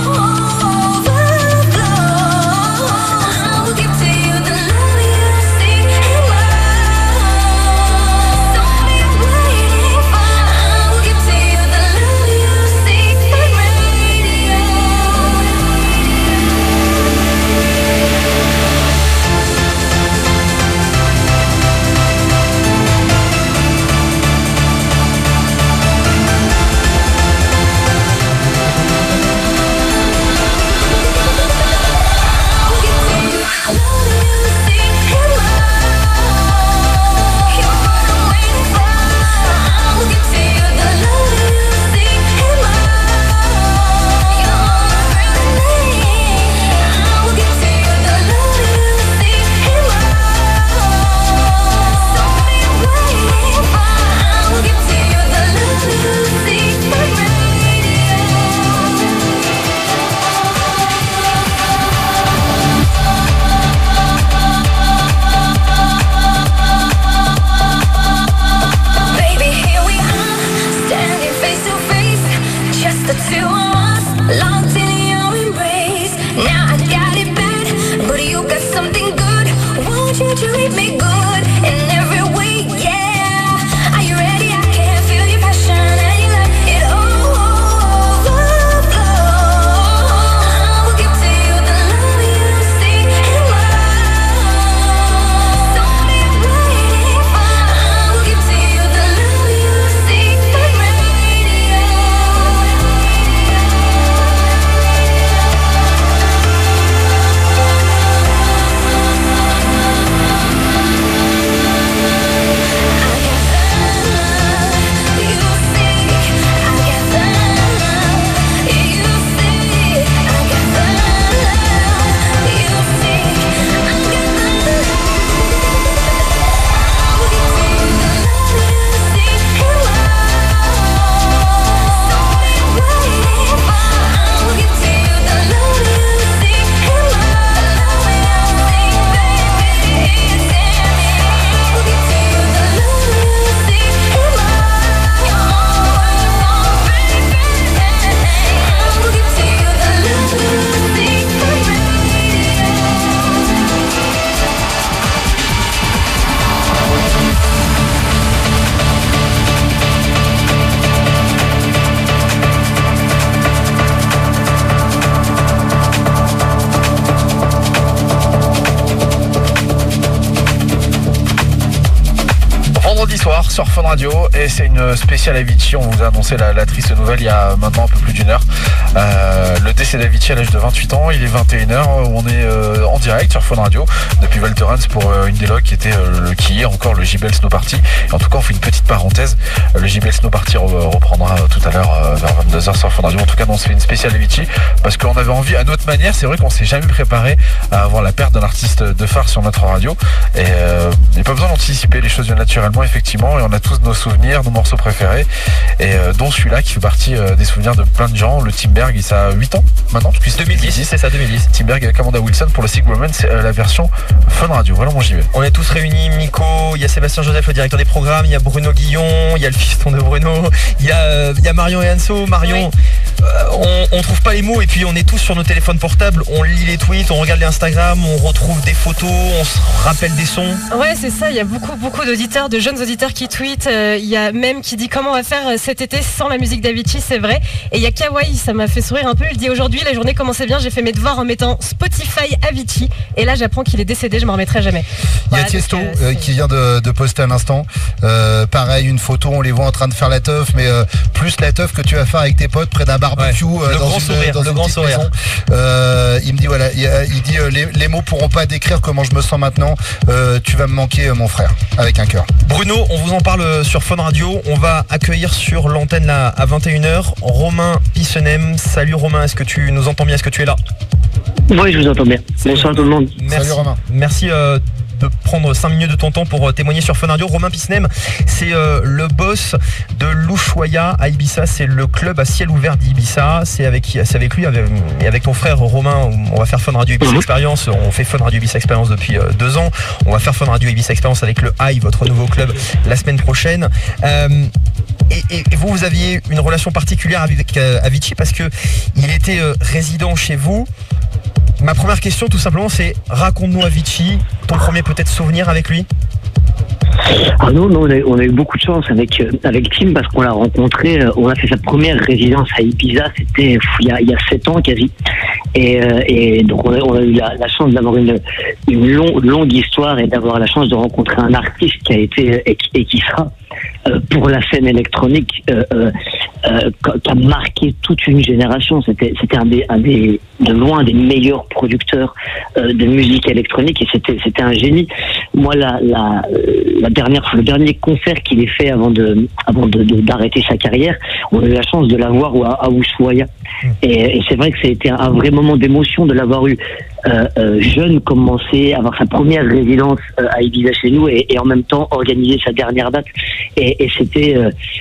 soir sur Fun Radio et c'est une spéciale Avicii. On vous a annoncé la triste nouvelle il y a maintenant un peu plus d'1 heure. Le décès d'Avicii à l'âge de 28 ans. Il est 21h. On est en direct sur Fun Radio depuis Val Thorens pour une des logs qui est encore le JBL Snow Party. Et en tout cas, on fait une petite parenthèse. Le JBL Snow Party reprendra tout à l'heure vers 22h sur Fun Radio. En tout cas, on se fait une spéciale Avicii parce qu'on avait envie à notre manière. C'est vrai qu'on s'est jamais préparé à avoir la perte d'un artiste de phare sur notre radio. Et il n'y a pas besoin d'anticiper, les choses viennent naturellement, effectivement, et on a tous nos souvenirs, nos morceaux préférés, et dont celui-là qui fait partie des souvenirs de plein de gens. Le Timberg, il a 8 ans maintenant, depuis 2010, c'est ça, 2010. Timberg avec Amanda Wilson pour le Sig Woman, c'est la version Fun Radio. Voilà mon JV. On est tous réunis, Miko, il y a Sébastien Joseph, le directeur des programmes, il y a Bruno Guillon, il y a le fiston de Bruno, il y a Marion et Anso. Marion, on trouve pas les mots, et puis on est tous sur nos téléphones portables, on lit les tweets, on regarde les Instagram, on retrouve des photos, on se rappelle des sons. Ouais, c'est ça, il y a beaucoup d'auditeurs, de jeunes auditeurs qui tweetent. Il y a même qui dit comment on va faire cet été sans la musique d'Avicii, c'est vrai. Et il y a Kawaii, ça m'a fait sourire un peu. Il dit aujourd'hui, la journée commençait bien, j'ai fait mes devoirs en mettant Spotify Avicii. Et là, j'apprends qu'il est décédé, je m'en remettrai jamais. Il y a Tiesto qui vient de poster à l'instant. Pareil, une photo, on les voit en train de faire la teuf, mais plus la teuf que tu vas faire avec tes potes près d'un barbecue. Le grand sourire. Il me dit voilà, il dit les mots pourront pas décrire comment je me sens maintenant. Tu vas me manquer, mon frère, avec un cœur. Bruno, on vous en parle sur Fun Radio. On va accueillir sur l'antenne là à 21h Romain Pissenem. Salut Romain, est-ce que tu nous entends bien? Est-ce que tu es là? Oui, je vous entends bien. Bonsoir tout le monde. Merci. Salut Romain. Merci de prendre 5 minutes de ton temps pour témoigner sur Fun Radio. Romain Pissenem, c'est le boss de l'Ushuaïa à Ibiza. C'est le club à ciel ouvert d'Ibiza. C'est avec lui et avec ton frère Romain. On va faire Fun Radio Ibiza Experience. On fait Fun Radio Ibiza Experience depuis 2 ans. On va faire Fun Radio Ibiza Experience avec le High, votre nouveau club, la semaine prochaine. Et vous aviez une relation particulière avec Avicii parce que il était résident chez vous. Ma première question, tout simplement, c'est raconte-nous Avicii, ton premier peut-être souvenir avec lui. Ah non, on a eu beaucoup de chance avec Tim parce qu'on l'a rencontré, on a fait sa première résidence à Ibiza, c'était il y a 7 ans quasi. Et donc on a eu la chance d'avoir une longue histoire et d'avoir la chance de rencontrer un artiste qui a été et qui sera pour la scène électronique qui a marqué toute une génération. C'était de loin des meilleurs producteurs de musique électronique et c'était un génie. Moi le dernier concert qu'il ait fait avant d'arrêter sa carrière, on a eu la chance de l'avoir à Ushuaïa. Et c'est vrai que ça a été un vrai moment d'émotion de l'avoir eu jeune, commencer, avoir sa première résidence à Ibiza chez nous et en même temps organiser sa dernière date. Et c'était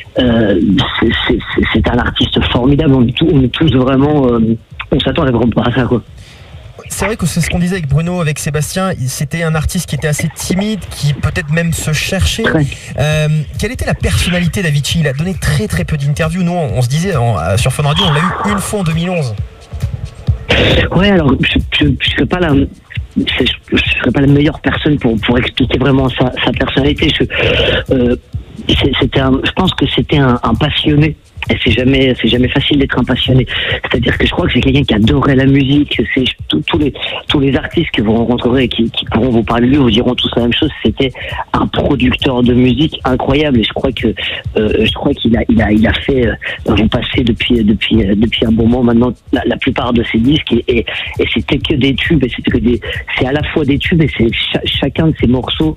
un artiste formidable. On est tous vraiment, on s'attendait vraiment pas à ça, quoi. C'est vrai que c'est ce qu'on disait avec Bruno, avec Sébastien, c'était un artiste qui était assez timide, qui peut-être même se cherchait. Quelle était la personnalité d'Avicii? Il a donné très très peu d'interviews. Nous, on se disait sur Fun Radio, on l'a eu une fois en 2011. Ouais, alors je serais pas la meilleure personne pour expliquer vraiment sa personnalité. Je pense que c'était un passionné. Et c'est jamais facile d'être un passionné. C'est-à-dire que je crois que c'est quelqu'un qui adorait la musique. C'est tous les artistes que vous rencontrerez et qui pourront vous parler de lui vous diront tous la même chose. C'était un producteur de musique incroyable. Et je crois qu'il a fait vous passer depuis un bon moment maintenant la plupart de ses disques et c'était que des tubes. Et c'est à la fois des tubes et c'est chacun de ces morceaux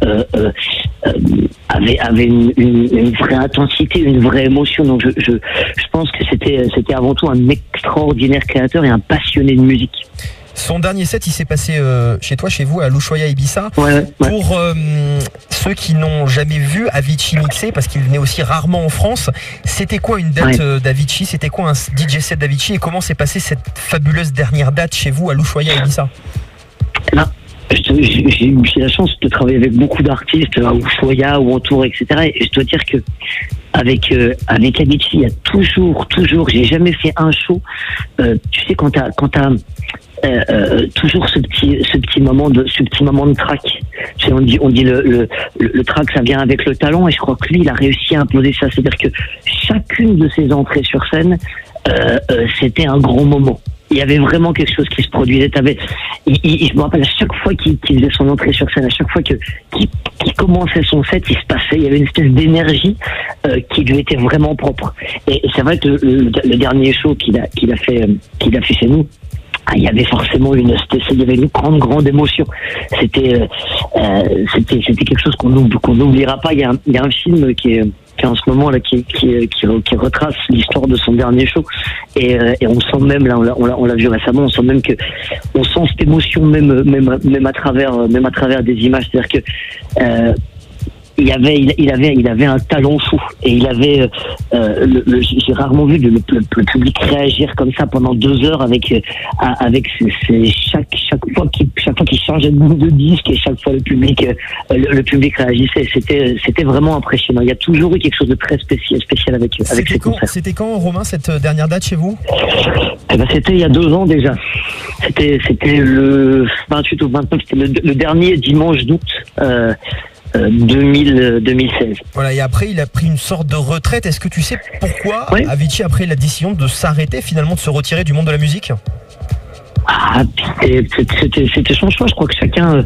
avait une vraie intensité, une vraie émotion. Donc je pense que c'était avant tout un extraordinaire créateur et un passionné de musique. Son dernier set, il s'est passé chez toi, chez vous, à l'Ushuaïa Ibiza. Ouais. Pour ceux qui n'ont jamais vu Avicii mixer, parce qu'il venait aussi rarement en France, c'était quoi une date d'Avicii? C'était quoi un DJ set d'Avicii? Et comment s'est passée cette fabuleuse dernière date chez vous, à l'Ushuaïa Ibiza? J'ai la chance de travailler avec beaucoup d'artistes à Ushuaïa ou en tour, etc. Et je dois dire que avec Avicii, il y a toujours, j'ai jamais fait un show. Tu sais, quand t'as toujours ce petit moment de track. Tu sais, on dit le track, ça vient avec le talent, et je crois que lui, il a réussi à imposer ça. C'est-à-dire que chacune de ses entrées sur scène, c'était un grand moment. il y avait vraiment quelque chose qui se produisait. Je me rappelle, à chaque fois qu'il faisait son entrée sur scène, à chaque fois qu'il commençait son set, il se passait, il y avait une espèce d'énergie qui lui était vraiment propre. Et c'est vrai que le dernier show qu'il a fait chez nous, il y avait forcément il y avait une grande émotion. C'était quelque chose qu'on n'oubliera pas. Il y a un film qui est en ce moment là qui retrace l'histoire de son dernier show et on sent même là on l'a vu récemment, on sent même que on sent cette émotion même à travers des images, c'est-à-dire que il avait un talent fou et il avait j'ai rarement vu le public réagir comme ça pendant 2 heures avec chaque fois qu'il changeait de disque et chaque fois le public réagissait. C'était vraiment impressionnant. Il y a toujours eu quelque chose de très spécial avec ces concerts. C'était quand, Romain, cette dernière date chez vous? C'était il y a 2 ans déjà. C'était le 28 ou 29, c'était le dernier dimanche d'août 2016. Voilà, et après il a pris une sorte de retraite. Est-ce que tu sais pourquoi Avicii a pris la décision de s'arrêter, finalement de se retirer du monde de la musique? C'était son choix. Je crois que chacun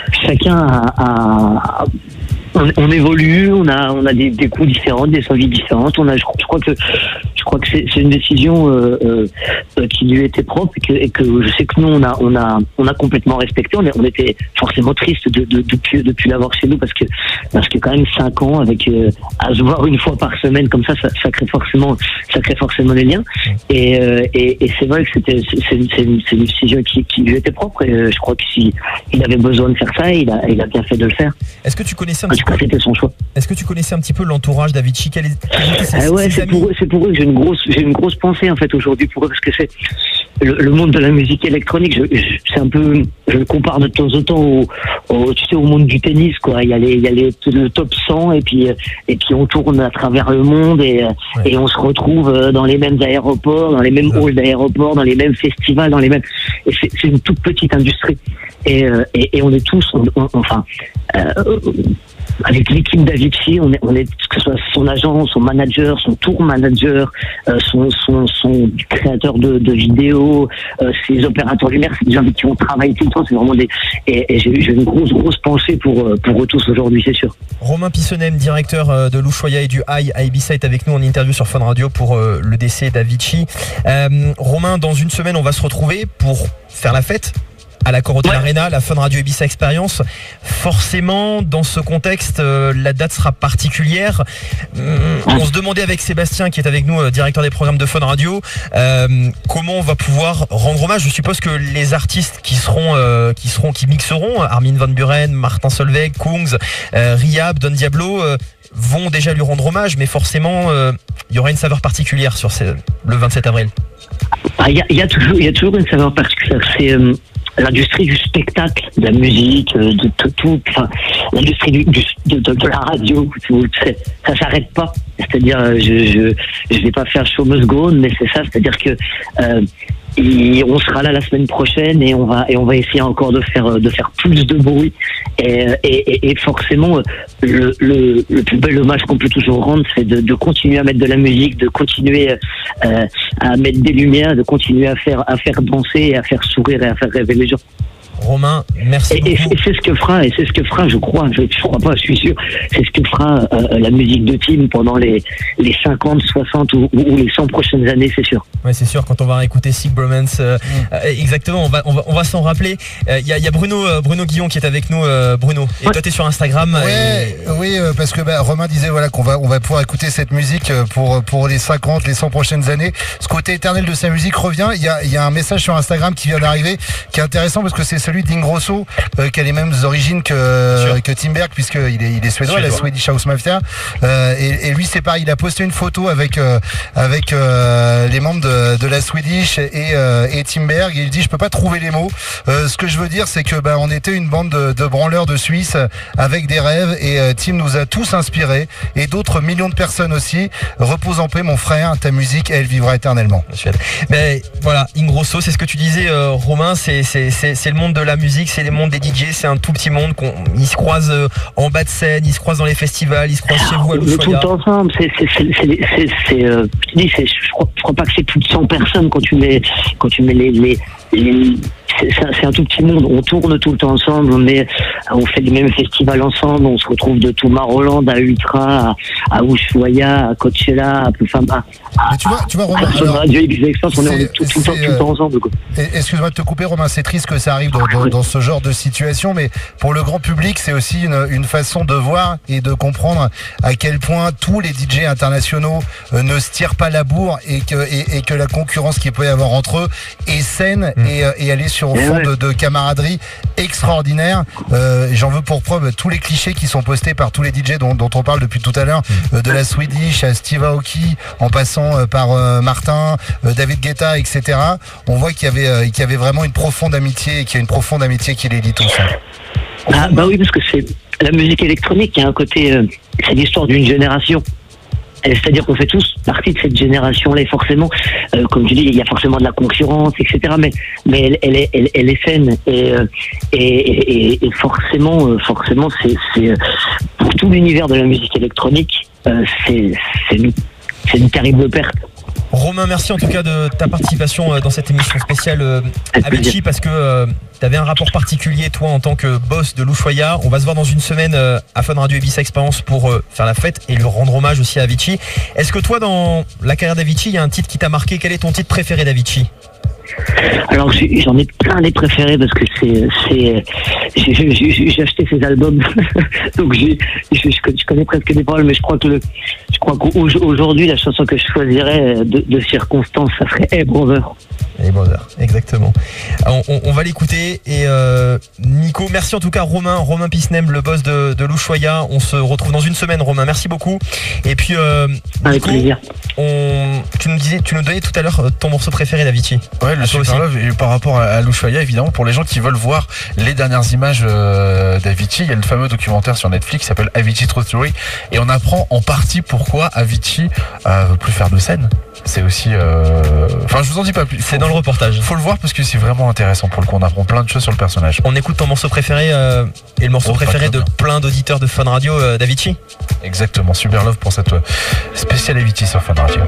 a on évolue, on a des goûts différents, des envies différentes. Je crois que c'est une décision qui lui était propre et que je sais que nous on a complètement respecté. On était forcément triste de plus l'avoir chez nous parce que quand même 5 ans avec à se voir une fois par semaine comme ça crée forcément les liens. Et c'est vrai que c'est une décision qui lui était propre et je crois que si il avait besoin de faire ça, il a bien fait de le faire. Est-ce que tu connaissais c'était son choix. Est-ce que tu connaissais un petit peu l'entourage d'Avicii? C'est pour eux que j'ai une grosse pensée en fait aujourd'hui pour eux parce que c'est le monde de la musique électronique. C'est un peu, je le compare de temps en temps au monde du tennis quoi. Il y a le top 100 et puis on tourne à travers le monde et on se retrouve dans les mêmes aéroports, dans les mêmes halls d'aéroports, dans les mêmes festivals, et c'est une toute petite industrie et on est tous avec l'équipe d'Avicii, on est que ce soit son agent, son manager, son tour manager, son créateur de vidéos, ses opérateurs lumière, c'est des gens avec qui on travaille tout le temps. C'est vraiment et j'ai une grosse pensée pour eux tous aujourd'hui, c'est sûr. Romain Pissonem, directeur de l'Ushuaïa et du High à Ibiza, est avec nous en interview sur Fun Radio pour le décès d'Avicii. Romain, dans une semaine, on va se retrouver pour faire la fête à la Corotel Arena, la Fun Radio Ibiza Experience. Forcément, dans ce contexte, la date sera particulière. On se demandait avec Sébastien, qui est avec nous, directeur des programmes de Fun Radio, comment on va pouvoir rendre hommage. Je suppose que les artistes qui mixeront, Armin van Buuren, Martin Solveig, Kungs, Rihab, Don Diablo, vont déjà lui rendre hommage, mais forcément, il y aura une saveur particulière sur le 27 avril. Il y a toujours une saveur particulière. C'est l'industrie du spectacle, de la musique, de tout, l'industrie de la radio, ça s'arrête pas. C'est-à-dire, je vais pas faire show must go on, mais c'est ça, c'est-à-dire que on sera là la semaine prochaine et on va essayer encore de faire plus de bruit et forcément le plus bel hommage qu'on peut toujours rendre, c'est de continuer à mettre de la musique, de continuer à mettre des lumières, de continuer à faire danser, à faire sourire et à faire rêver les gens. Romain, merci beaucoup. Et c'est ce que fera, je crois pas, je suis sûr, c'est ce que fera la musique de Tim pendant les 50, 60 ou les 100 prochaines années, c'est sûr. Ouais, c'est sûr, quand on va écouter Sick Bromance, exactement, on va s'en rappeler. Il y a Bruno Guillon qui est avec nous, Bruno. Et toi, t'es sur Instagram. Oui, parce que Romain disait qu'on va pouvoir écouter cette musique pour les 50, les 100 prochaines années. Ce côté éternel de sa musique revient. Il y a un message sur Instagram qui vient d'arriver, qui est intéressant parce que c'est celui d'Ingrosso, qui a les mêmes origines que Tim Berg, puisqu'il est suédois, la Swedish House Mafia. Et lui, c'est pareil, il a posté une photo avec les membres de la Swedish et Tim Berg. Et il dit, je peux pas trouver les mots. Ce que je veux dire, c'est que on était une bande de branleurs de Suisse avec des rêves, et Tim nous a tous inspirés, et d'autres millions de personnes aussi. Repose en paix, mon frère, ta musique, elle vivra éternellement. Mais voilà, Ingrosso, c'est ce que tu disais, Romain, c'est le monde de la musique, c'est le monde des DJ, c'est un tout petit monde. Ils se croisent en bas de scène, ils se croisent dans les festivals, ils se croisent chez vous à On est tout le l'Ushuaïa. temps ensemble. Je te dis, je crois pas que c'est plus de 100 personnes quand tu mets les c'est un tout petit monde. On tourne tout le temps ensemble, on fait les mêmes festivals ensemble. On se retrouve de Tomorrowland à Ultra, à Ushuaïa, à Coachella, Mais tu vois, Romain, alors, Radio X Experience, on est tout le temps ensemble, quoi. Excuse-moi de te couper, Romain, c'est triste que ça arrive dans ce genre de situation, mais pour le grand public, c'est aussi une façon de voir et de comprendre à quel point tous les DJ internationaux ne se tirent pas la bourre et que la concurrence qu'il peut y avoir entre eux est saine et elle est sur fond de camaraderie extraordinaire. J'en veux pour preuve tous les clichés qui sont postés par tous les DJ dont on parle depuis tout à l'heure, de la Swedish à Steve Aoki, en passant par Martin, David Guetta, etc. On voit qu'il y avait vraiment une profonde amitié et qu'il y a une profonde amitié qui les lie tous. Ah bah oui, parce que c'est la musique électronique, il y a un côté, c'est l'histoire d'une génération. C'est-à-dire qu'on fait tous partie de cette génération-là, et forcément, comme tu dis, il y a forcément de la concurrence, etc. Mais elle est saine, et forcément, c'est pour tout l'univers de la musique électronique, c'est une terrible perte. Romain, merci en tout cas de ta participation dans cette émission spéciale Avicii, parce que tu avais un rapport particulier, toi, en tant que boss de l'Ushuaïa. On va se voir dans une semaine à Fun Radio Ibiza Experience pour faire la fête et lui rendre hommage aussi à Avicii. Est-ce que toi, dans la carrière d'Avicii, il y a un titre qui t'a marqué? Quel est ton titre préféré d'Avicii? Alors j'en ai plein des préférés parce que j'ai acheté ces albums donc je connais presque des paroles, mais je crois qu'aujourd'hui la chanson que je choisirais de circonstance, ça serait Hey Brother. Hey Brother, exactement. On va l'écouter et Nico, merci en tout cas Romain Pisnem, le boss de l'Ushuaïa. On se retrouve dans une semaine, Romain, merci beaucoup. Et puis avec plaisir. Tu nous donnais tout à l'heure ton morceau préféré d'Avicii. Ouais, le Super Love, et par rapport à l'Ushuaïa, évidemment, pour les gens qui veulent voir les dernières images d'Avicii, il y a le fameux documentaire sur Netflix qui s'appelle Avicii True Story, et on apprend en partie pourquoi Avicii veut plus faire de scène. C'est aussi enfin, je vous en dis pas plus. C'est dans le reportage. Faut le voir parce que c'est vraiment intéressant. Pour le coup, on apprend plein de choses sur le personnage. On écoute ton morceau préféré et le morceau préféré de plein d'auditeurs de Fun Radio d'Avicii. Exactement, Super Love pour cette spéciale Avicii sur Fun Radio.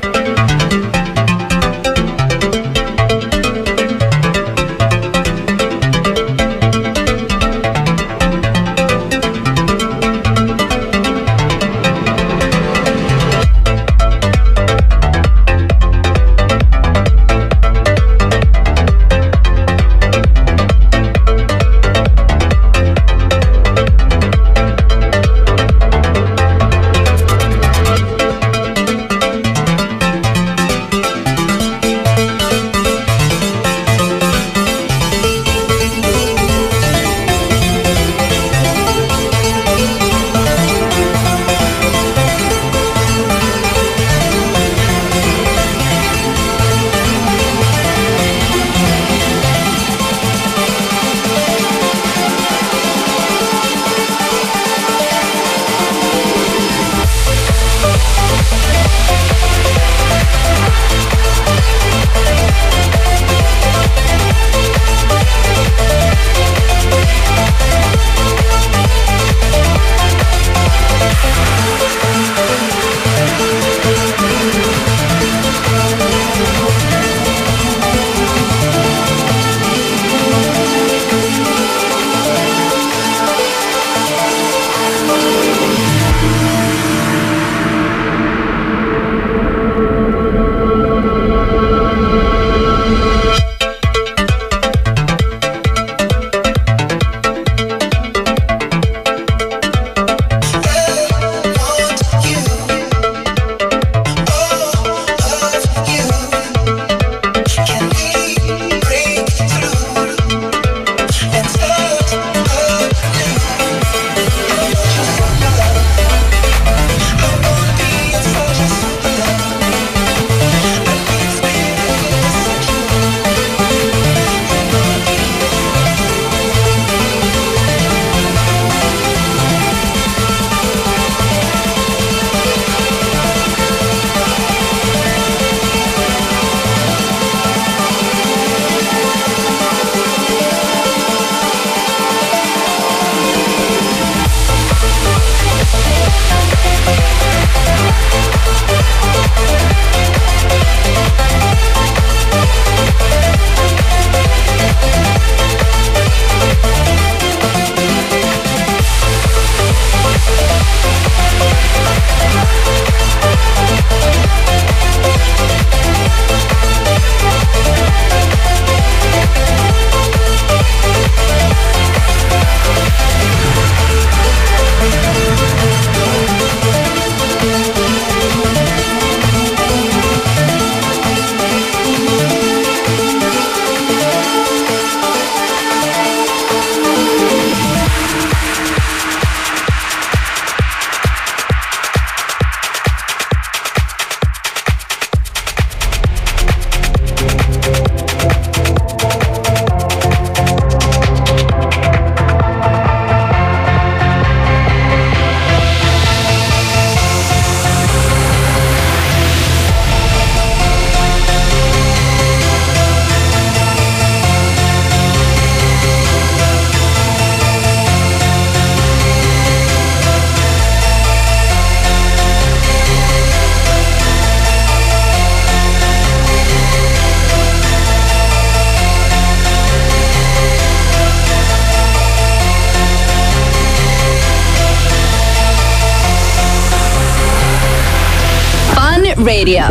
Radio.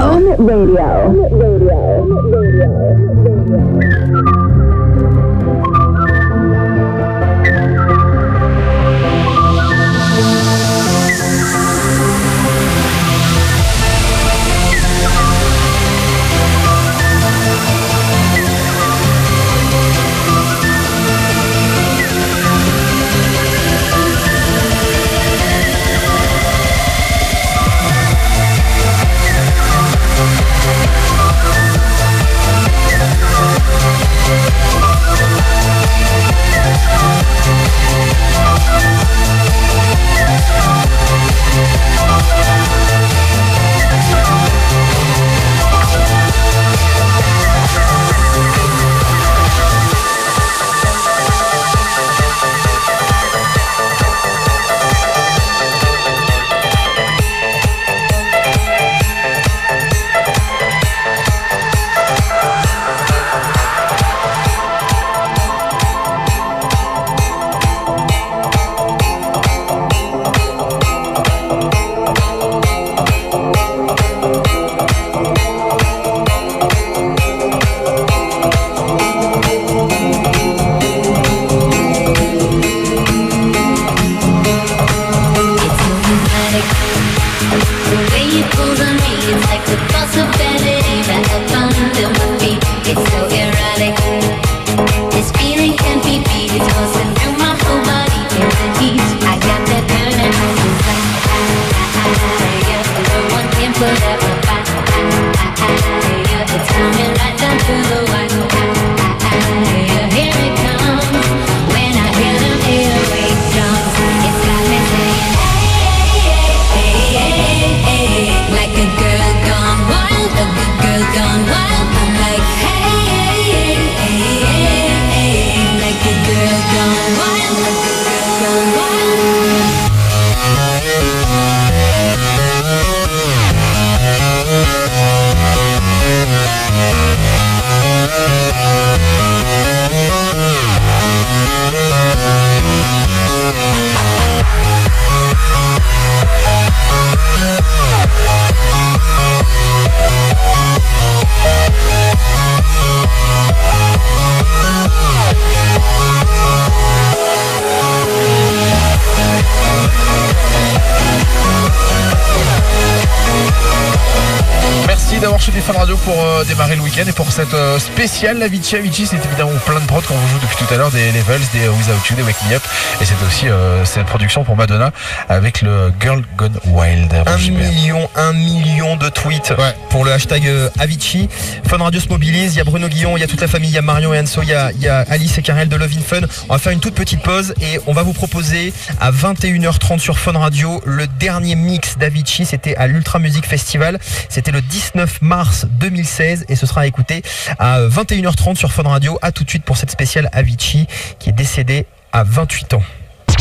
d'avoir choisi Fun Radio pour démarrer le week-end et pour cette spéciale Avicii. Avicii, c'est évidemment plein de prods qu'on vous joue depuis tout à l'heure, des Levels, des Without You, des Wake Me Up, et c'est aussi cette production pour Madonna avec le Girl Gone Wild. 1 million de tweets pour le hashtag Avicii. Fun Radio se mobilise, il y a Bruno Guillon, il y a toute la famille, il y a Marion et Anso, il y a Alice et Karel de Love in Fun. On va faire une toute petite pause et on va vous proposer à 21h30 sur Fun Radio le dernier mix d'Avicii. C'était à l'Ultra Music Festival, c'était le 19 mars 2016 et ce sera à écouter à 21h30 sur Fun Radio. À tout de suite pour cette spéciale Avicii qui est décédé à 28 ans.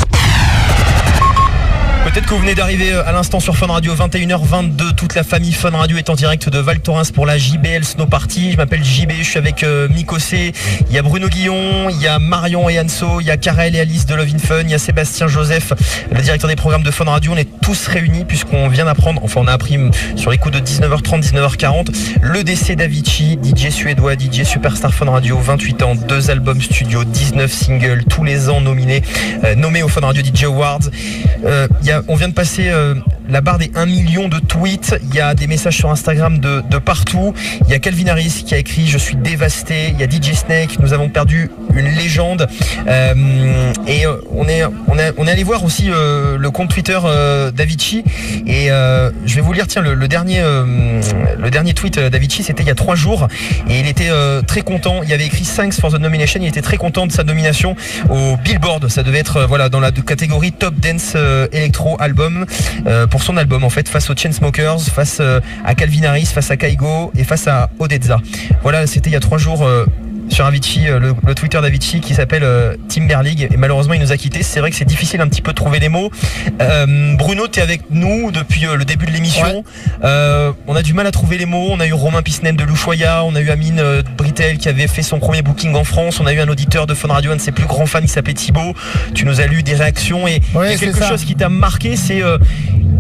Peut-être que vous venez d'arriver à l'instant sur Fun Radio, 21h22, toute la famille Fun Radio est en direct de Val Thorens pour la JBL Snow Party. Je m'appelle JB, je suis avec Mikosé, il y a Bruno Guillon, il y a Marion et Anso, il y a Karel et Alice de Love in Fun, il y a Sébastien Joseph, le directeur des programmes de Fun Radio. On est tous réunis puisqu'on vient d'apprendre, enfin on a appris sur les coups de 19h30, 19h40, le décès d'Avicii, DJ suédois, DJ Superstar Fun Radio, 28 ans, 2 albums studio, 19 singles, tous les ans nommés au Fun Radio DJ Awards. On vient de passer la barre des 1 million de tweets. Il y a des messages sur Instagram de partout. Il y a Calvin Harris qui a écrit « Je suis dévasté ». Il y a DJ Snake, nous avons perdu une légende. Et on est allé voir aussi le compte Twitter d'Avicii. Et je vais vous lire, tiens, le dernier tweet d'Avicii, c'était il y a 3 jours. Et il était très content. Il avait écrit « Thanks for the nomination ». Il était très content de sa nomination au Billboard. Ça devait être dans la catégorie Top Dance Electro Album pour son album en fait, face aux Chainsmokers, face à Calvin Harris, face à Kaigo et face à Odezza. Voilà, c'était il y a 3 jours sur Avicii, le Twitter d'Avicii qui s'appelle Timberleague, et malheureusement il nous a quittés. C'est vrai que c'est difficile un petit peu de trouver les mots. Bruno, t'es avec nous depuis le début de l'émission. On a du mal à trouver les mots. On a eu Romain Pisnen de l'Ushuaïa, on a eu Amine Britel qui avait fait son premier booking en France, on a eu un auditeur de Fun Radio, un de ses plus grands fans qui s'appelait Thibaut. Tu nous as lu des réactions et il y a quelque chose qui t'a marqué, c'est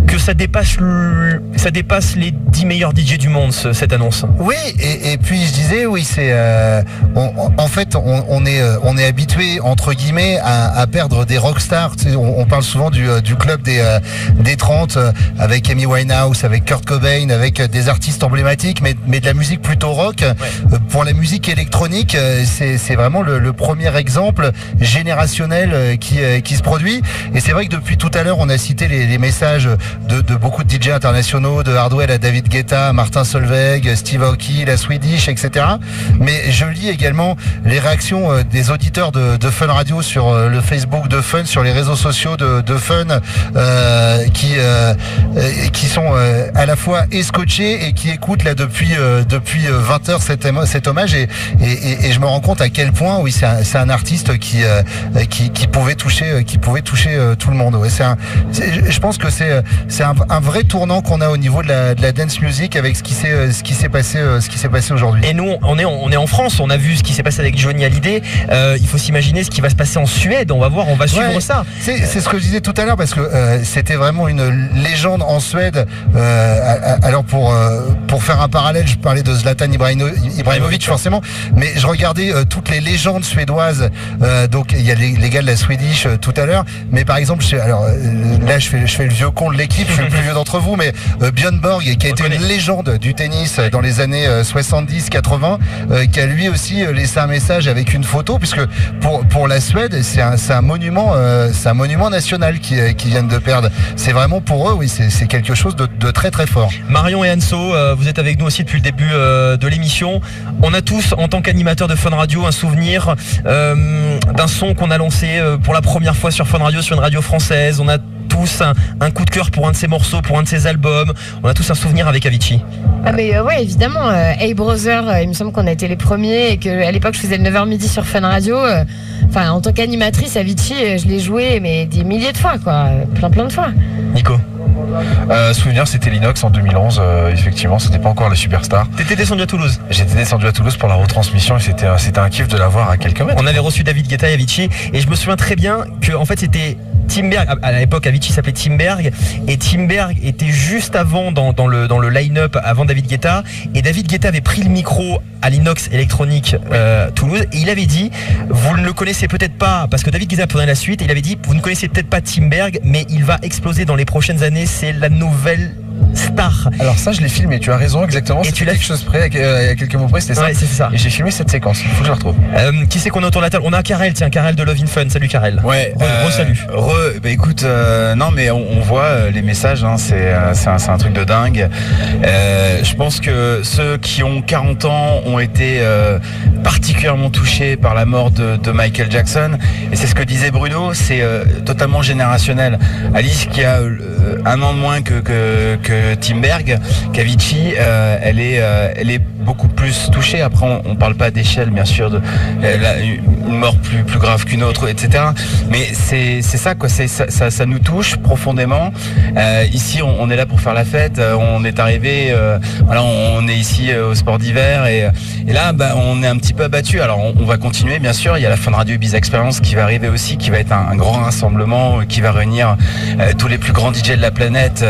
que ça dépasse les 10 meilleurs DJ du monde, cette annonce. Oui, et puis je disais, oui, c'est en fait on est habitué entre guillemets à perdre des rockstars. Tu sais, on parle souvent du club des 30 avec Amy Winehouse, avec Kurt Cobain, avec des artistes emblématiques, mais de la musique plutôt rock. Ouais. Pour la musique électronique, c'est vraiment le premier exemple générationnel qui se produit. Et c'est vrai que depuis tout à l'heure, on a cité les messages de beaucoup de DJ internationaux, de Hardwell à David Guetta, Martin Solveig, Steve Aoki, la Swedish, etc. Mais je lis également les réactions des auditeurs de Fun Radio sur le Facebook de Fun, sur les réseaux sociaux de Fun, qui sont à la fois scotchés et qui écoutent là depuis 20 heures cet hommage et je me rends compte à quel point oui c'est un artiste qui pouvait toucher tout le monde. Ouais, je pense que c'est un vrai tournant qu'on a au niveau de la dance music avec ce qui s'est passé aujourd'hui. Et nous on est en France, on a vu ce qui s'est passé avec Johnny Hallyday. Il faut s'imaginer ce qui va se passer en Suède. On va voir, on va suivre ça. C'est ce que je disais tout à l'heure parce que c'était vraiment une légende en Suède. Alors pour faire un parallèle, je parlais de Zlatan Ibrahimovic forcément, mais je regardais toutes les légendes suédoises. Donc il y a les gars de la Swedish tout à l'heure, mais par exemple, là je fais le vieux con de l'équipe, je suis le plus vieux d'entre vous, mais Björn Borg qui a été une légende du tennis dans les années 70-80, qui a lui aussi laissé un message avec une photo, puisque pour la Suède, c'est un monument national qui viennent de perdre. C'est vraiment pour eux, oui, c'est quelque chose de très très fort. Marion et Anso, vous êtes avec nous aussi depuis le début de l'émission. On a tous, en tant qu'animateur de Fun Radio, un souvenir d'un son qu'on a lancé pour la première fois sur Fun Radio, sur une radio française. On a tous un coup de cœur pour un de ses morceaux, pour un de ses albums. On a tous un souvenir avec Avicii. Ah mais ouais, évidemment. Hey Brother, il me semble qu'on a été les premiers et qu'à l'époque je faisais le 9h midi sur Fun Radio. Enfin, en tant qu'animatrice, Avicii, je l'ai joué mais des milliers de fois, quoi. Plein de fois. Nico. Souvenir, c'était l'Inox en 2011. Effectivement, c'était pas encore la superstar. T'étais descendu à Toulouse. J'étais descendu à Toulouse pour la retransmission et c'était un kiff de la voir à quelques mètres. On avait reçu David Guetta et Avicii et je me souviens très bien que en fait c'était Tim Berg. À l'époque, Avicii s'appelait Tim Berg et Tim Berg était juste avant dans le line-up avant David Guetta, et David Guetta avait pris le micro à l'Inox électronique Toulouse et il avait dit, vous ne le connaissez peut-être pas, parce que David Guetta prenait la suite, et il avait dit, vous ne connaissez peut-être pas Tim Berg, mais il va exploser dans les prochaines années, c'est la nouvelle star. Alors ça, je l'ai filmé, tu as raison, exactement. Et tu l'as quelque chose près, il y a quelques mots près, c'était ça. Ouais, c'est ça. Et j'ai filmé cette séquence, il faut que je la retrouve. Qui c'est qu'on a autour de la table? On a Karel, Karel de Love in Fun. Salut Karel. Ouais. Salut. Bah écoute, non mais on voit les messages, hein, c'est un truc de dingue. Je pense que ceux qui ont 40 ans ont été particulièrement touchés par la mort de Michael Jackson. Et c'est ce que disait Bruno, c'est totalement générationnel. Alice qui a un an de moins que Tim Berg, qu'Avicii, elle est beaucoup plus touchée. Après, on parle pas d'échelle, bien sûr, une mort plus grave qu'une autre, etc. Mais c'est ça, quoi. Ça nous touche profondément. Ici, on est là pour faire la fête. On est arrivé, voilà, on est ici au sport d'hiver, et là, bah, on est un petit peu abattu. Alors, on va continuer, bien sûr. Il y a la Fun Radio Ibiza Experience qui va arriver aussi, qui va être un grand rassemblement, qui va réunir tous les plus grands DJ de la planète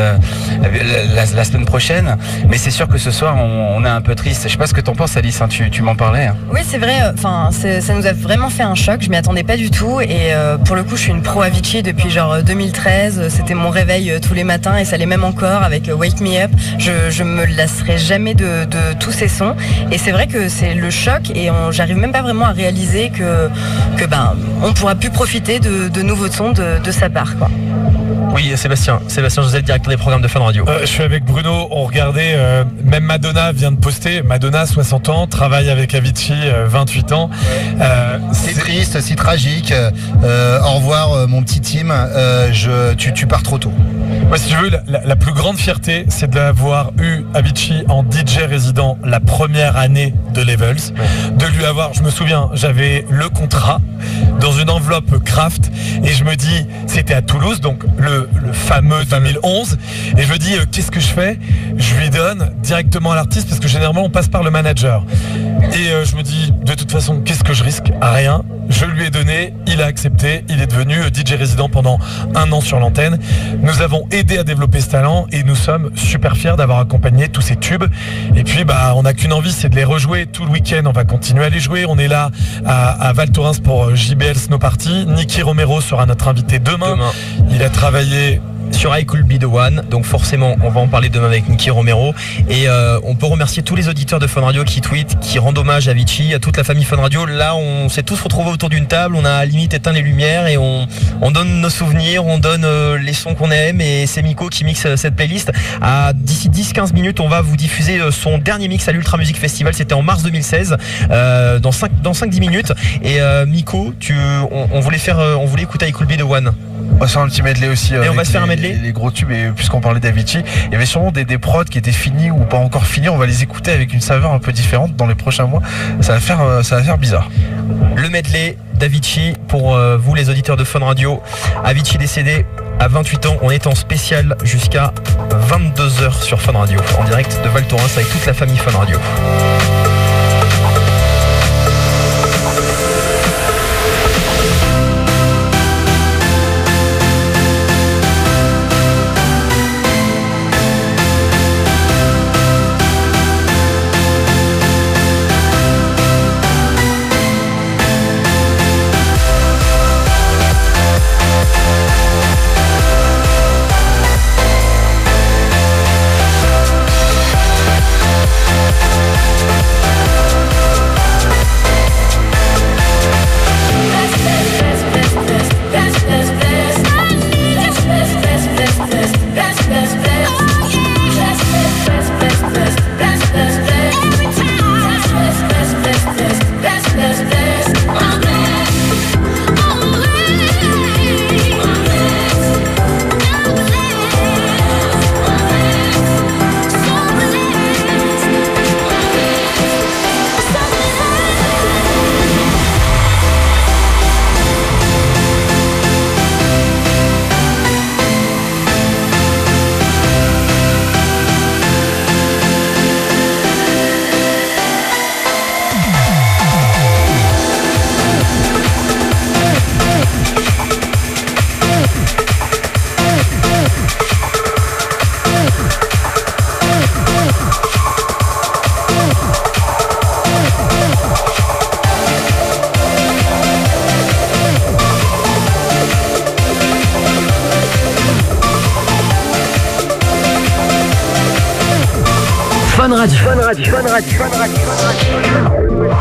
la semaine prochaine. Mais c'est sûr que ce soir, on est un peu triste. Je sais pas ce que t'en penses, Alice, hein, tu m'en parlais. Hein. Oui, c'est vrai, ça nous a vraiment fait un choc, je m'y attendais pas du tout, et pour le coup je suis une pro Avicii depuis genre 2013, c'était mon réveil tous les matins, et ça l'est même encore avec Wake Me Up. Je me lasserai jamais de tous ces sons, et c'est vrai que c'est le choc, et j'arrive même pas vraiment à réaliser que on pourra plus profiter de nouveaux sons de sa part, quoi. Oui, Sébastien José, le directeur des programmes de Fun Radio. Je suis avec Bruno, on regardait, même Madonna vient de poster, Madonna 60 ans, travaille avec Avicii 28 ans. C'est triste, si tragique. Au revoir mon petit Tim, tu pars trop tôt. Moi, si tu veux, la plus grande fierté, c'est d'avoir eu Avicii en DJ résident la première année de Levels. De lui avoir, je me souviens, j'avais le contrat dans une enveloppe craft, et je me dis, c'était à Toulouse, donc le fameux 2011, et je me dis, qu'est-ce que je fais? Je lui donne directement à l'artiste, parce que généralement on passe par le manager. Et je me dis, de toute façon, qu'est-ce que je risque? Rien. je lui ai donné, il a accepté, il est devenu DJ résident pendant 1 an sur l'antenne. Nous avons aidé à développer ce talent et nous sommes super fiers d'avoir accompagné tous ces tubes. Et puis on n'a qu'une envie, c'est de les rejouer tout le week-end. On va continuer à les jouer. On est là à Val Thorens pour JBL Snow Party. Nicky Romero sera notre invité demain. Il a travaillé sur I Could Be The One, donc forcément on va en parler demain avec Nicky Romero et on peut remercier tous les auditeurs de Fun Radio qui tweetent, qui rendent hommage à Avicii, à toute la famille Fun Radio. Là on s'est tous retrouvés autour d'une table, on a à la limite éteint les lumières et on donne nos souvenirs, on donne les sons qu'on aime et c'est Miko qui mixe cette playlist. D'ici 10-15 minutes on va vous diffuser son dernier mix à l'Ultra Music Festival, c'était en mars 2016, dans 5-10 minutes et Miko, on voulait écouter I Could Be The One. On va se faire un petit medley aussi. Et on va se faire un medley. Les gros tubes, et puisqu'on parlait d'Avicii, il y avait sûrement des prods qui étaient finis ou pas encore finis. On va les écouter avec une saveur un peu différente dans les prochains mois. Ça va faire bizarre. Le medley d'Avicii pour vous les auditeurs de Fun Radio. Avicii décédé à 28 ans. On est en spécial jusqu'à 22h sur Fun Radio, en direct de Val Thorens avec toute la famille Fun Radio. Fun Radio. Fun Radio. Fun Radio. Fun Radio. Fun Radio.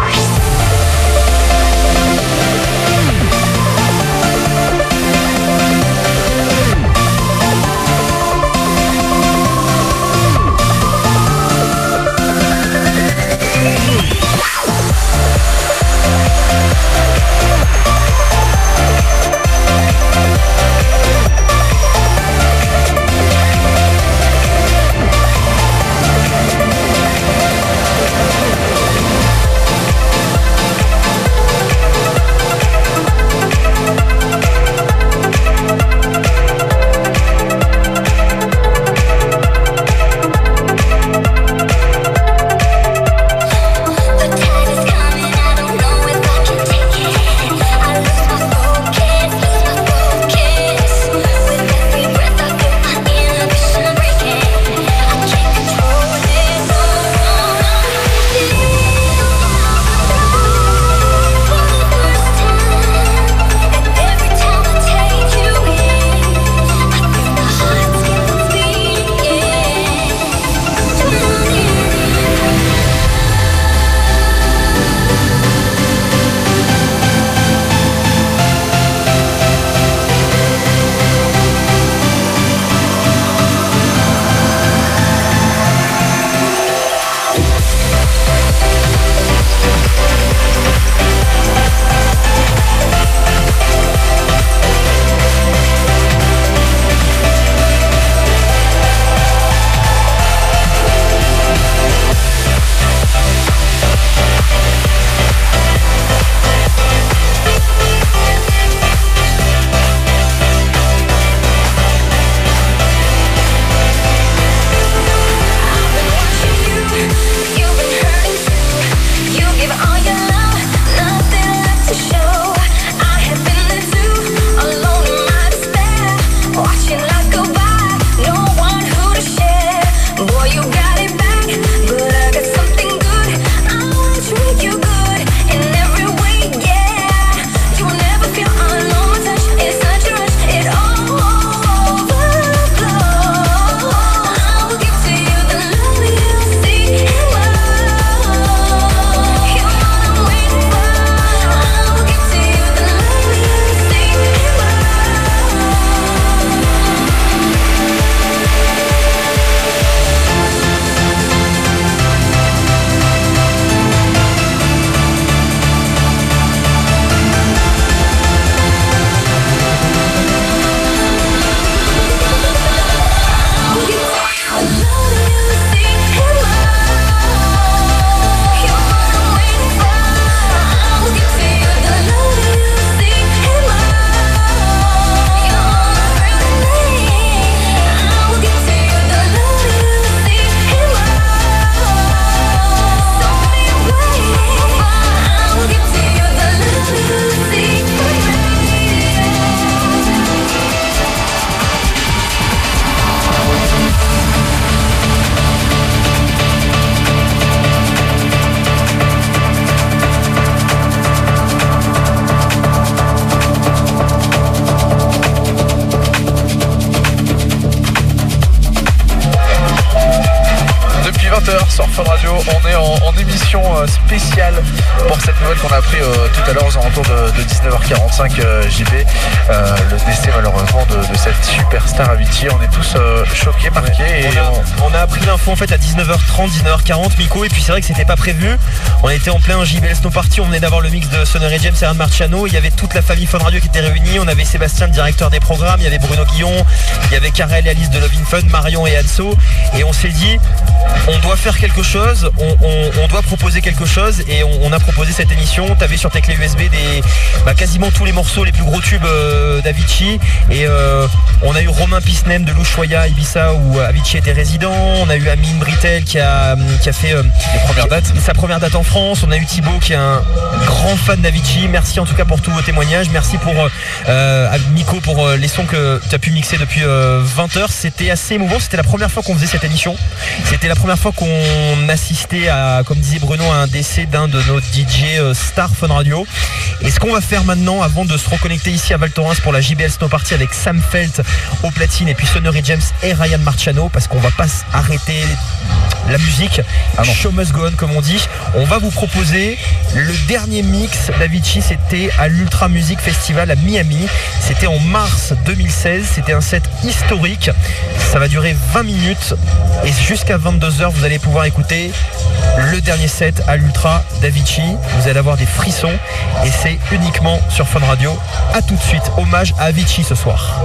émission spéciale pour cette nouvelle qu'on a appris tout à l'heure aux alentours de 19h45 JB. Le décès malheureusement de cette superstar Avicii. On est tous choqués, marqués. Et on a appris l'info en fait à 19h30, 19h40, Miko, et puis c'est vrai que c'était pas prévu. On était en plein JBL Snow Party, on venait d'avoir le mix de Sonner et James et Aaron Marciano. Il y avait toute la famille Fun Radio qui était réunie. On avait Sébastien, le directeur des programmes, il y avait Bruno Guillon, il y avait Karel et Alice de Lovin Fun, Marion et Anso. Et on s'est dit, on doit faire quelque chose, on doit proposer quelque chose, et on a proposé cette émission. Tu avais sur tes clés USB quasiment tous les morceaux, les plus gros tubes d'Avicii. Et on a eu Romain Pisnem de l'Ushuaïa, Ibiza, où Avicii était résident. On a eu Amine Britel qui a fait sa première date en France. On a eu Thibaut qui est un grand fan d'Avicii. Merci en tout cas pour tous vos témoignages. Merci pour Miko pour les sons que tu as pu mixer depuis 20h. C'était assez émouvant. C'était la première fois qu'on faisait cette émission. C'était la première fois qu'on assistait à, comme disait Bruno, à un décès d'un de nos DJ Star Fun Radio. Et ce qu'on va faire maintenant, avant de se reconnecter ici à Val Thorens pour la JBL Snow Party avec Sam Felt au platine et puis Sonner et James et Ryan Marciano, parce qu'on va pas arrêter la musique, show must go on comme on dit. On va vous proposer le dernier mix d'Avicii. C'était à l'Ultra Music Festival à Miami. C'était en mars 2016. C'était un set historique. Ça va durer 20 minutes et jusqu'à 22h vous allez pouvoir écouter le dernier set à l'Ultra d'Avicii. Vous allez avoir des frissons et c'est uniquement sur Fun Radio. A tout de suite, hommage à Avicii ce soir.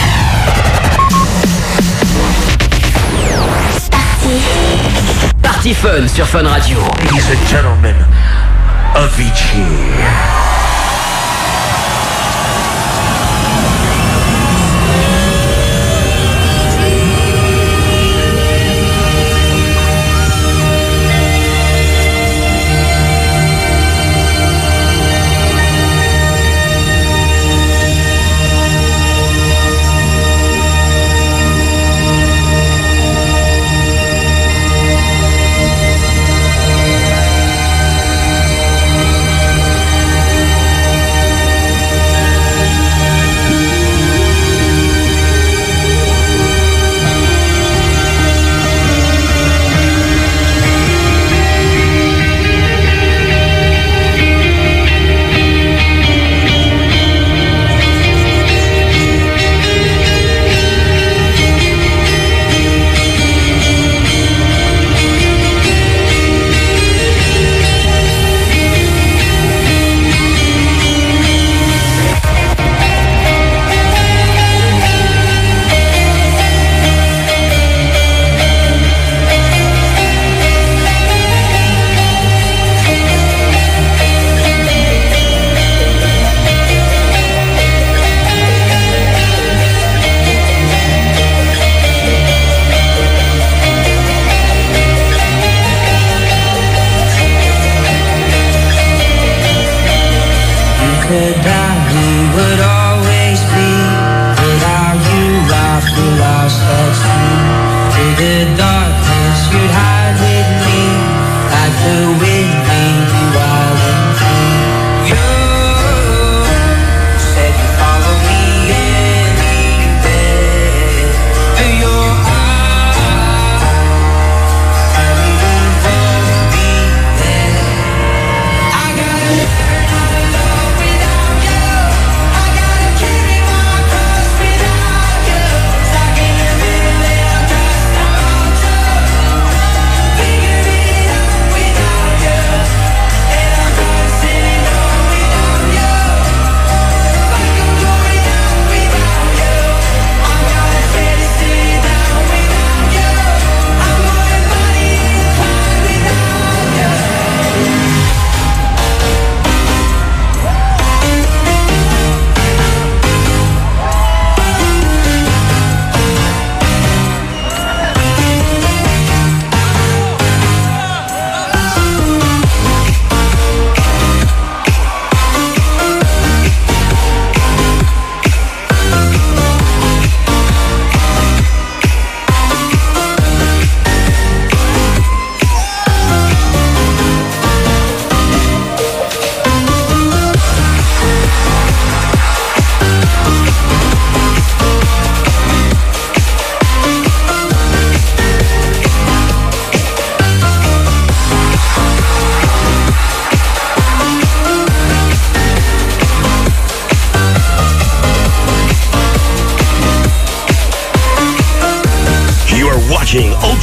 Party Fun sur Fun Radio. Ladies and gentlemen, Avicii.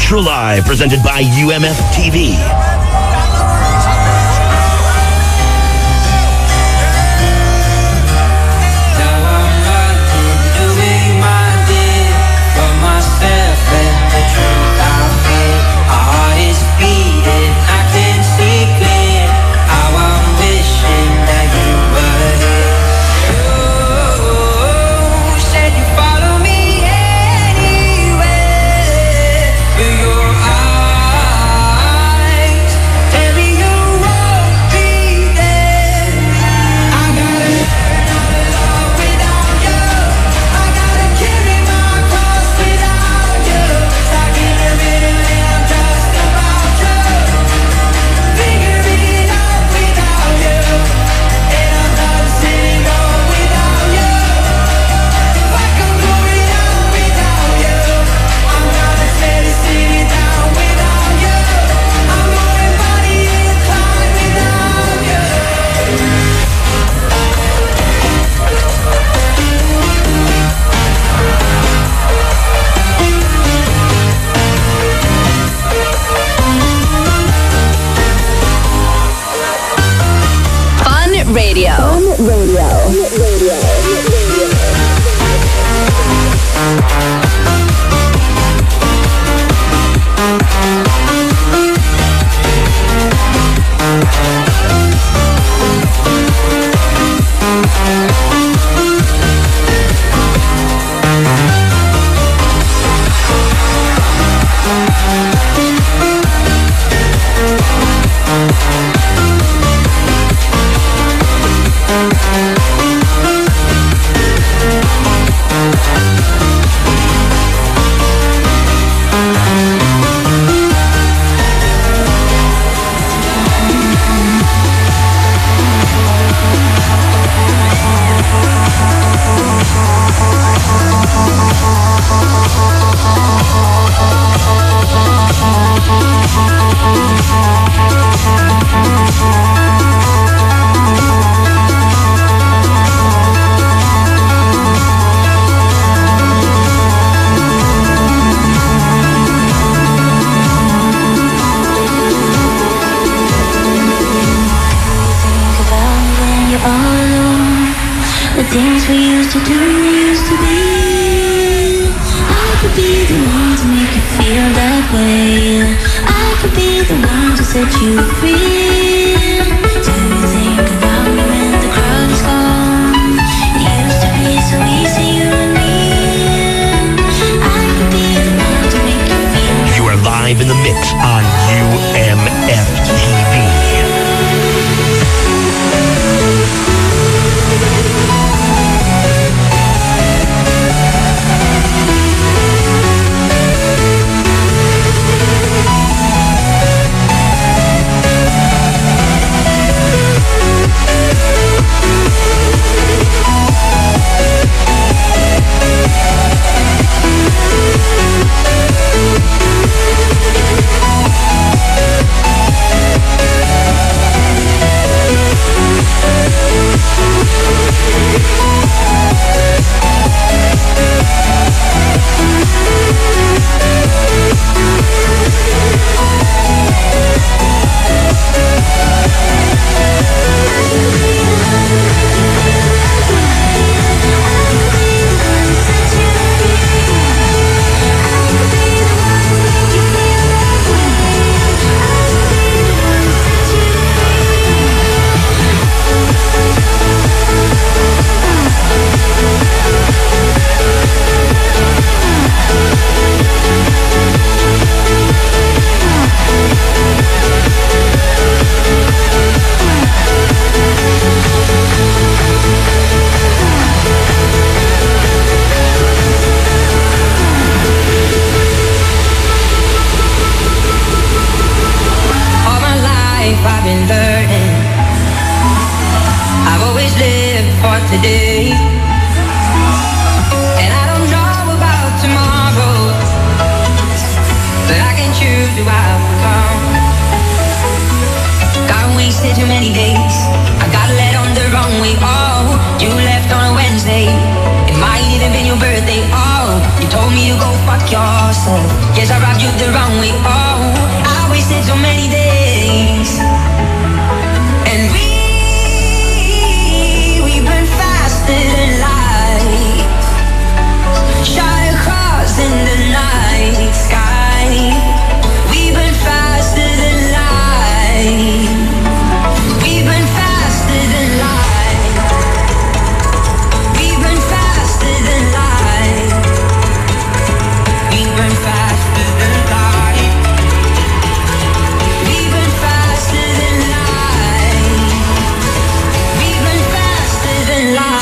Ultra Live, presented by UMF TV. things we used to do, we used to be. I could be the one to make you feel that way. I could be the one to set you free. Do you think about me when the crowd is gone? It used to be so easy, you and me. I could be the one to make you feel. You are live in the mix on UMF TV. I've been learning. I've always lived for today, and I don't know about tomorrow, but I can choose who I will become. Got wasted too many days. I got led on the wrong way. Oh, you left on a Wednesday. It might even been your birthday. Oh, you told me to to go fuck yourself. Yes, I robbed you the wrong way. Oh, I wasted so many days. And we burn faster than light. Shot across in the night sky. We burn faster than light. We burn faster than light. We burn faster than light. We burn faster than light. We burn faster than light. We burn faster than light.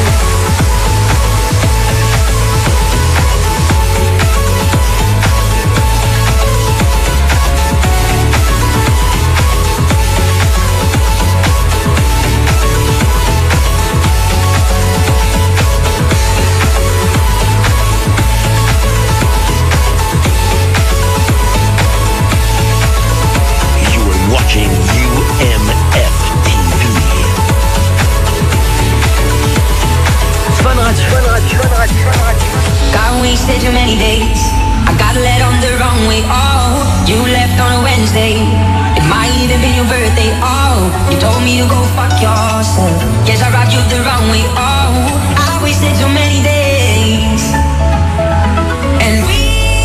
Watching UMF TV. Fun Radio. Got wasted too many days. I got led on the wrong way. Oh, you left on a Wednesday. It might even be your birthday. Oh, you told me to go fuck yourself. Yes, I robbed you the wrong way. Oh, I wasted so many days. And we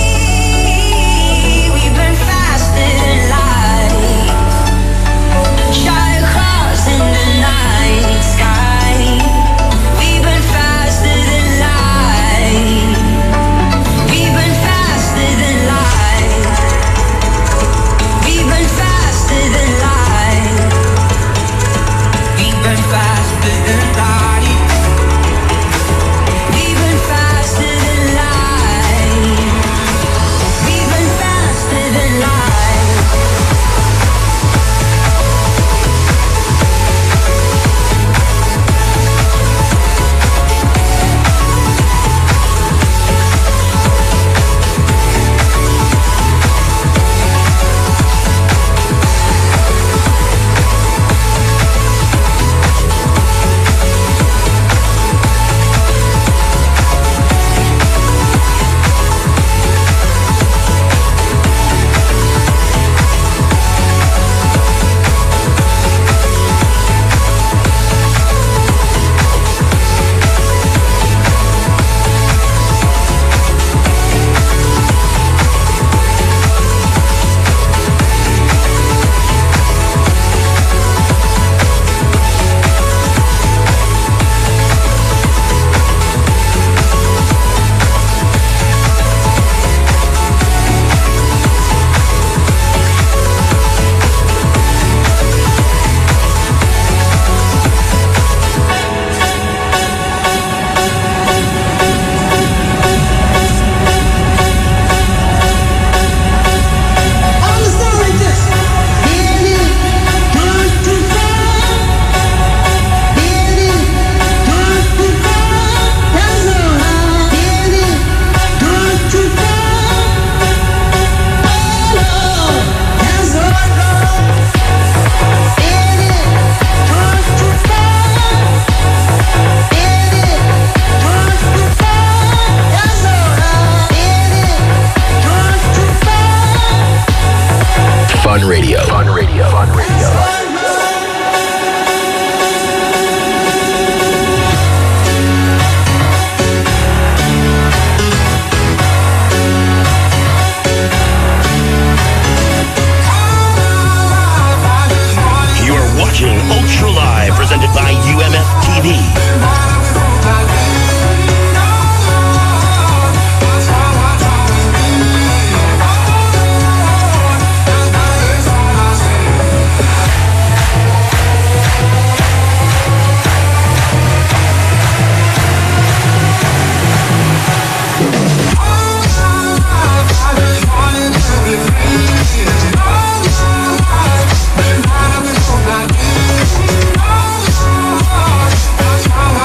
burn faster than light. Shot across in the night sky. We burn faster than light. We burn faster than light. We burn faster than light. We burn faster than light. We burn faster than light. We burn faster than light. Fun Radio. You're watching Ultra Live, presented by UMF TV. That's how I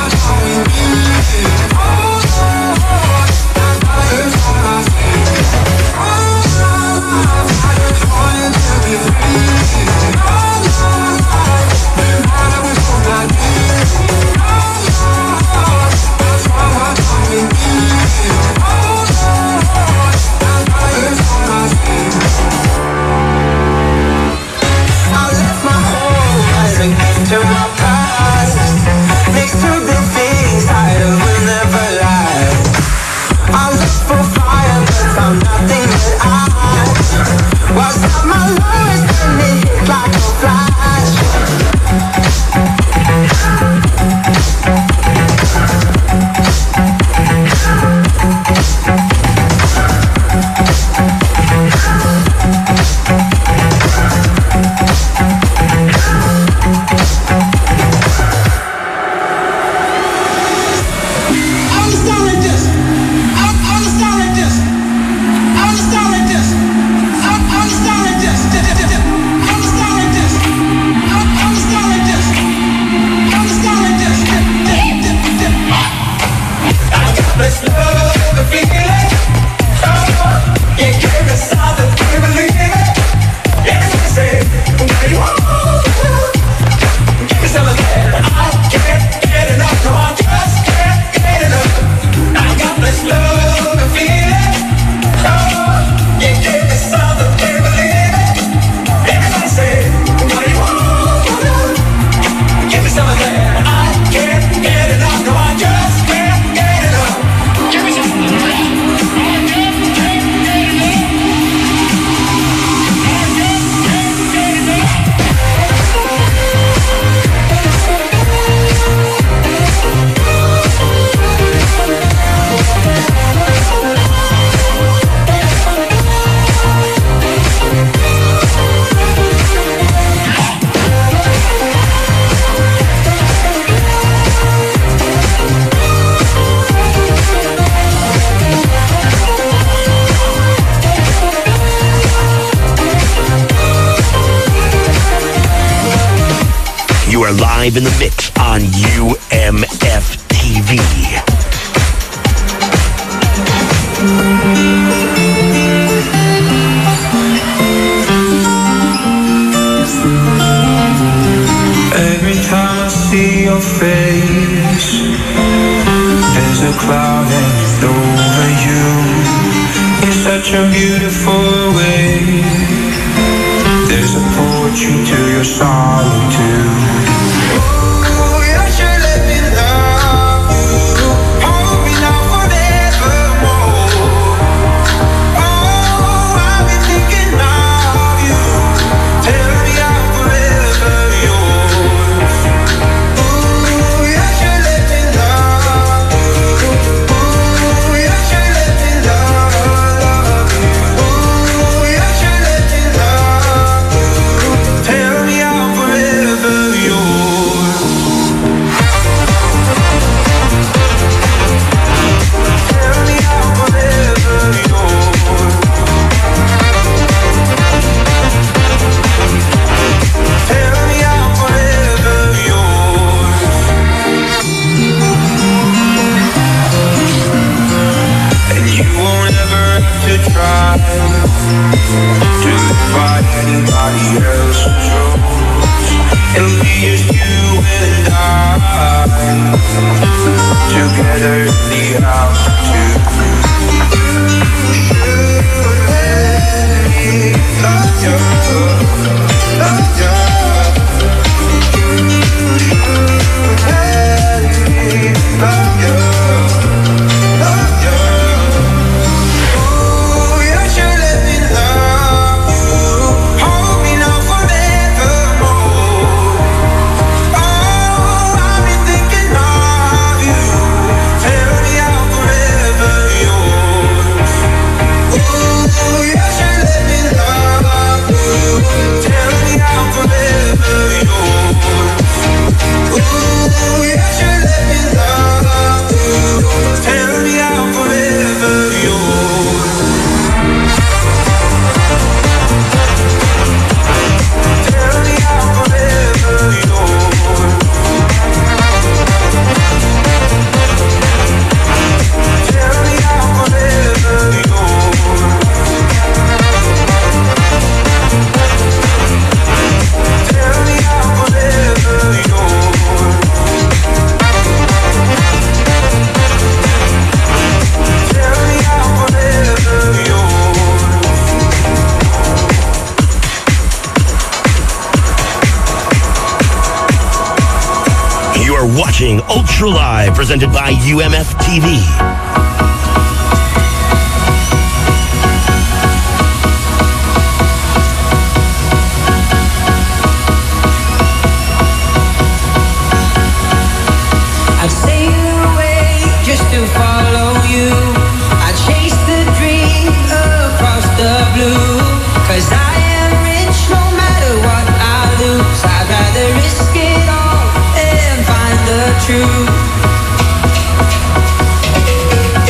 You are live in the mix on UMF TV. Every time I see your face, there's a cloud hanging over you. In such a beautiful way, there's a poetry to your solitude. Oh, you should let me love you. Hold me now forevermore. Oh, I've been thinking of you. Tell me I'm forever yours. Ooh, you should let me love you. Ooh, you should let me love you. Ooh, you should let me love you. Tell me I'm forever yours. Tell me I'm forever yours. Tell me I'm forever yours. And you won't ever have to try to live by anybody else's rules. It'll be just you and I together in the altitude. You should let me love you, love you. You should let me love you, love you. Ooh, you should let me love you. Hold me now forevermore. Oh, I've been thinking of you. Tell me I'm forever yours. Ooh, you should let me love you. Tell me I'm forever yours. Ooh, you should let me love you. Tell me I'm forever yours. Tell me I'm forever yours. Tell me I'm forever yours. Tell me I'm forever yours. Tell me I'm forever yours. You are watching Ultra Live, presented by UMF TV. I'd sail away just to follow you. I'd chase the dream across the blue. 'Cause I am rich no matter what I lose. I'd rather risk it all and find the truth.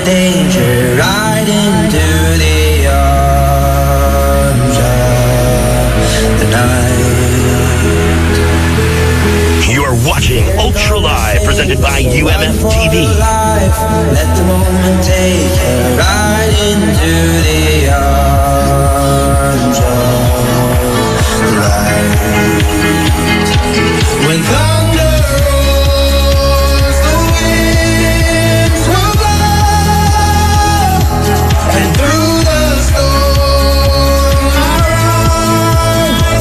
danger, right into the arms of the night. You're watching Ultra Live, presented by UMF TV. Let the moment take you right into the arms of the light. When thunder roars, the winds will blow, and through the storm our eyes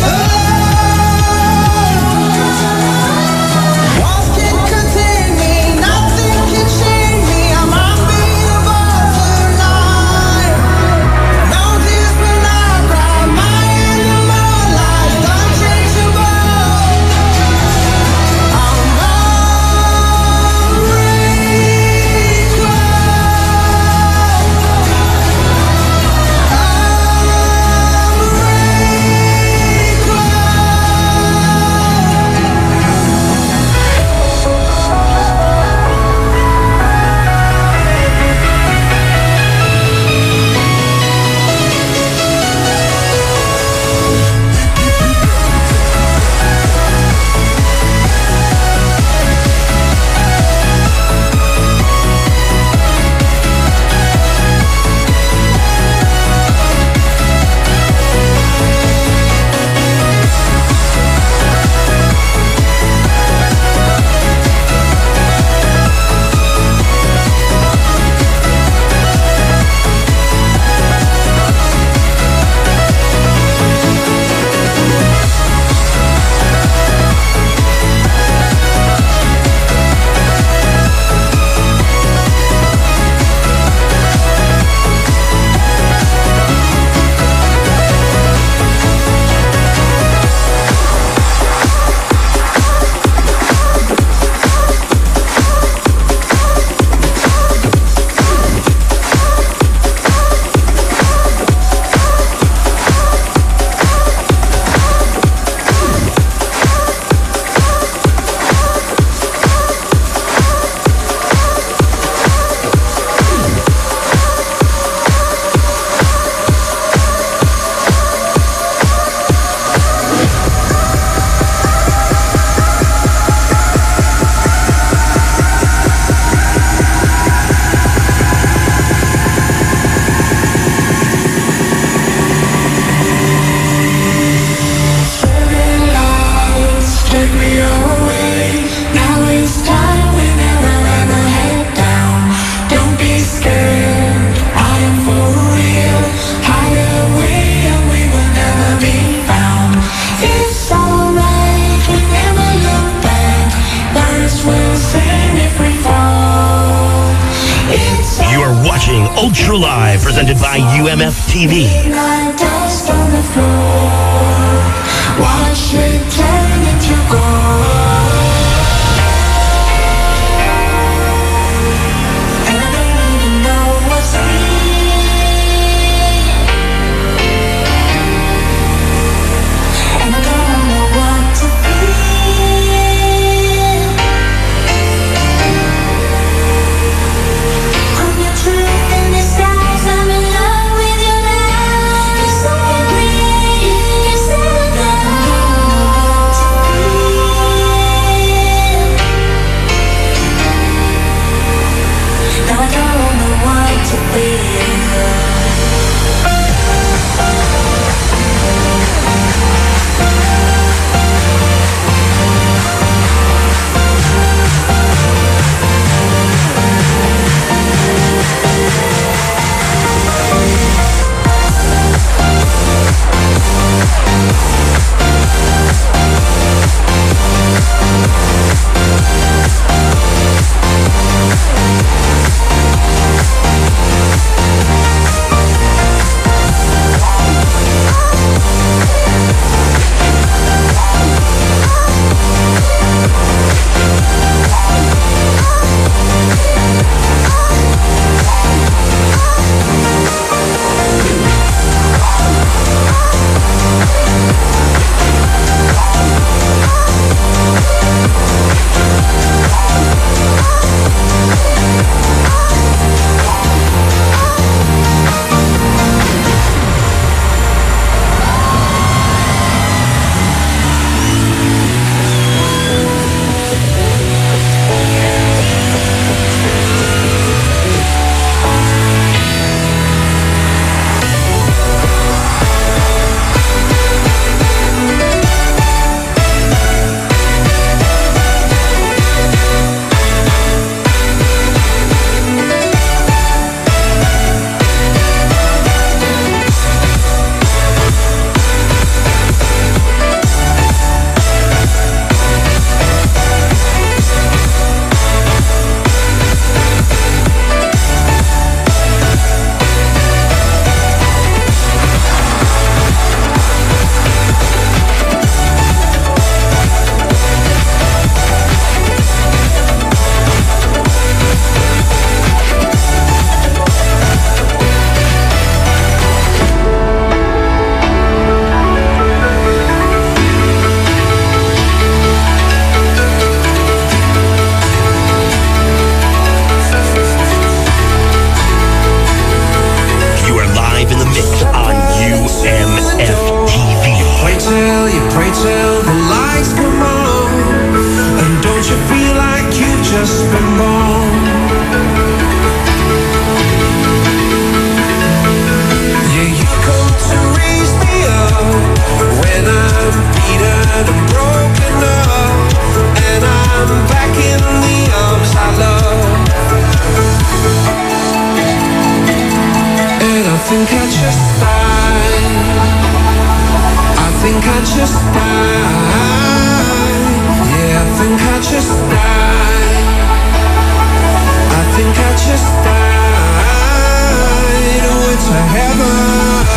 alone. Walls can contain me, nothing can shame me. I'm unbeatable tonight. Mountains will not cry, my animal life unchangeable. Ultra Live, presented by UMF TV. Dust on the floor, watch it turn into gold. And I don't even know what's real, and I don't know what to feel. I'm your truth in disguise, I'm in love with your lies. You're so real. till the lights come on. And don't you feel like you've just been born? Yeah, you come to raise me up when I'm beaten and broken up, and I'm back in the arms I love. And I think I just died. I think I just died. Yeah, I think I just died. I think I just died. Went to heaven.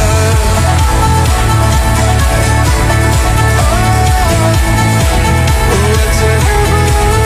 Went to heaven.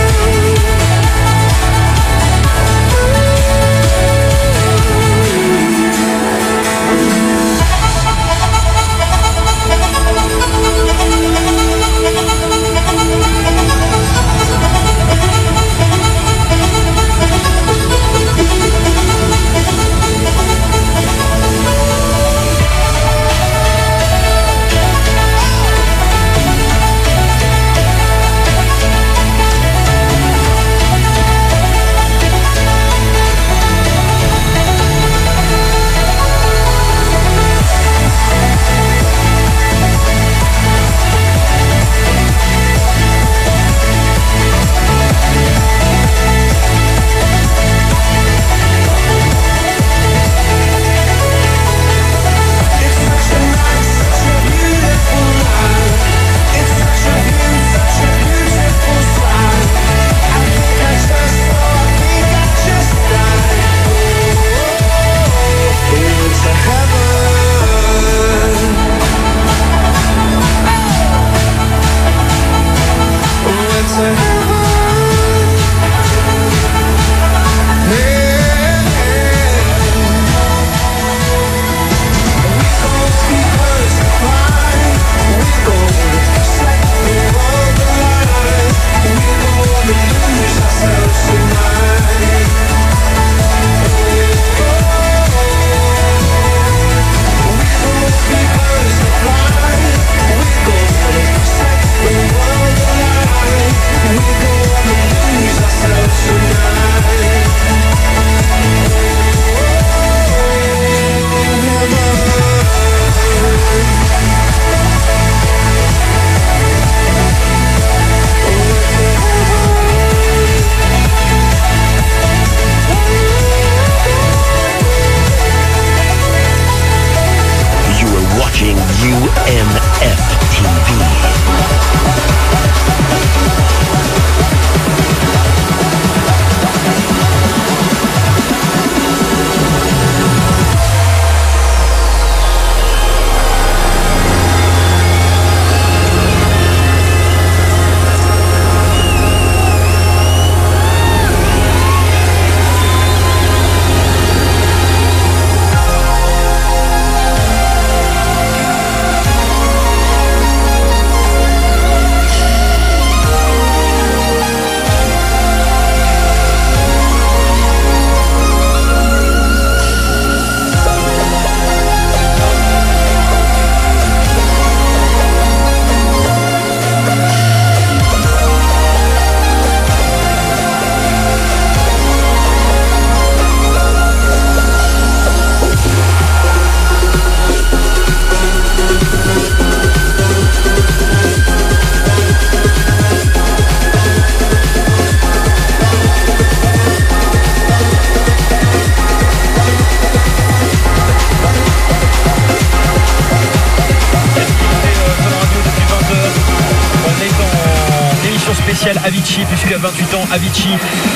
Avicii, puisqu'à 28 ans, Avicii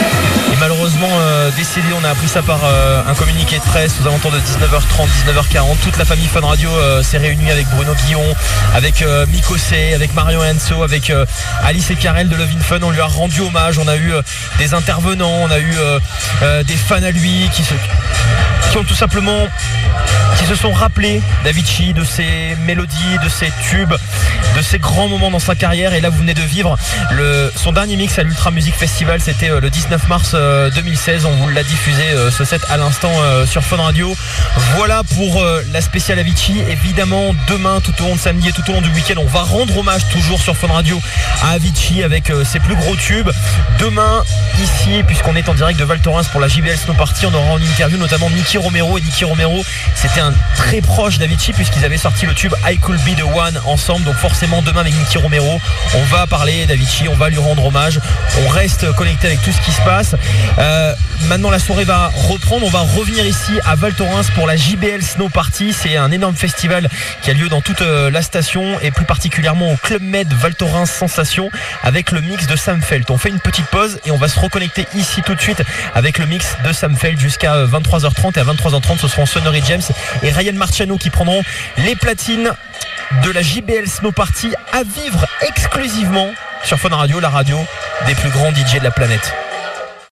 est malheureusement décédé. On a appris ça par un communiqué de presse aux alentours de 19h30, 19h40. Toute la famille Fun Radio s'est réunie avec Bruno Guillon, avec Miko C, avec Marion Enzo, avec Alice et Karel de Love in Fun. On lui a rendu hommage. On a eu des intervenants, on a eu des fans à lui qui ont tout simplement qui se sont rappelés d'Avicii, de ses mélodies, de ses tubes, de ses grands moments dans sa carrière. Et là, vous venez de vivre son dernier mix à l'Ultra Music Festival. C'était le 19 mars 2016. On vous l'a diffusé ce set à l'instant sur Fun Radio. Voilà pour la spéciale Avicii. Évidemment, demain, tout au long de samedi et tout au long du week-end, on va rendre hommage toujours sur Fun Radio à Avicii avec ses plus gros tubes. Demain, ici, puisqu'on est en direct de Val Thorens pour la JBL Snow Party, on aura en interview notamment Nicky Romero. Et Nicky Romero, c'était un très proche d'Avicii puisqu'ils avaient sorti le tube I Could Be The One ensemble. Donc forcément, demain avec Nicky Romero, on va parler d'Avicii, on va lui rendre hommage. On reste connecté avec tout ce qui se passe. Maintenant, la soirée va reprendre. On va revenir ici à Val Thorens pour la JBL Snow Party. C'est un énorme festival qui a lieu dans toute la station et plus particulièrement au Club Med Val Thorens Sensation avec le mix de Sam Felt. On fait une petite pause et on va se reconnecter ici tout de suite avec le mix de Sam Felt jusqu'à 23h30. Et à 23h30, ce seront Sonnery James et Ryan Marciano qui prendront les platines de la JBL Snow Party à vivre exclusivement sur Fun Radio, la radio des plus grands DJ de la planète.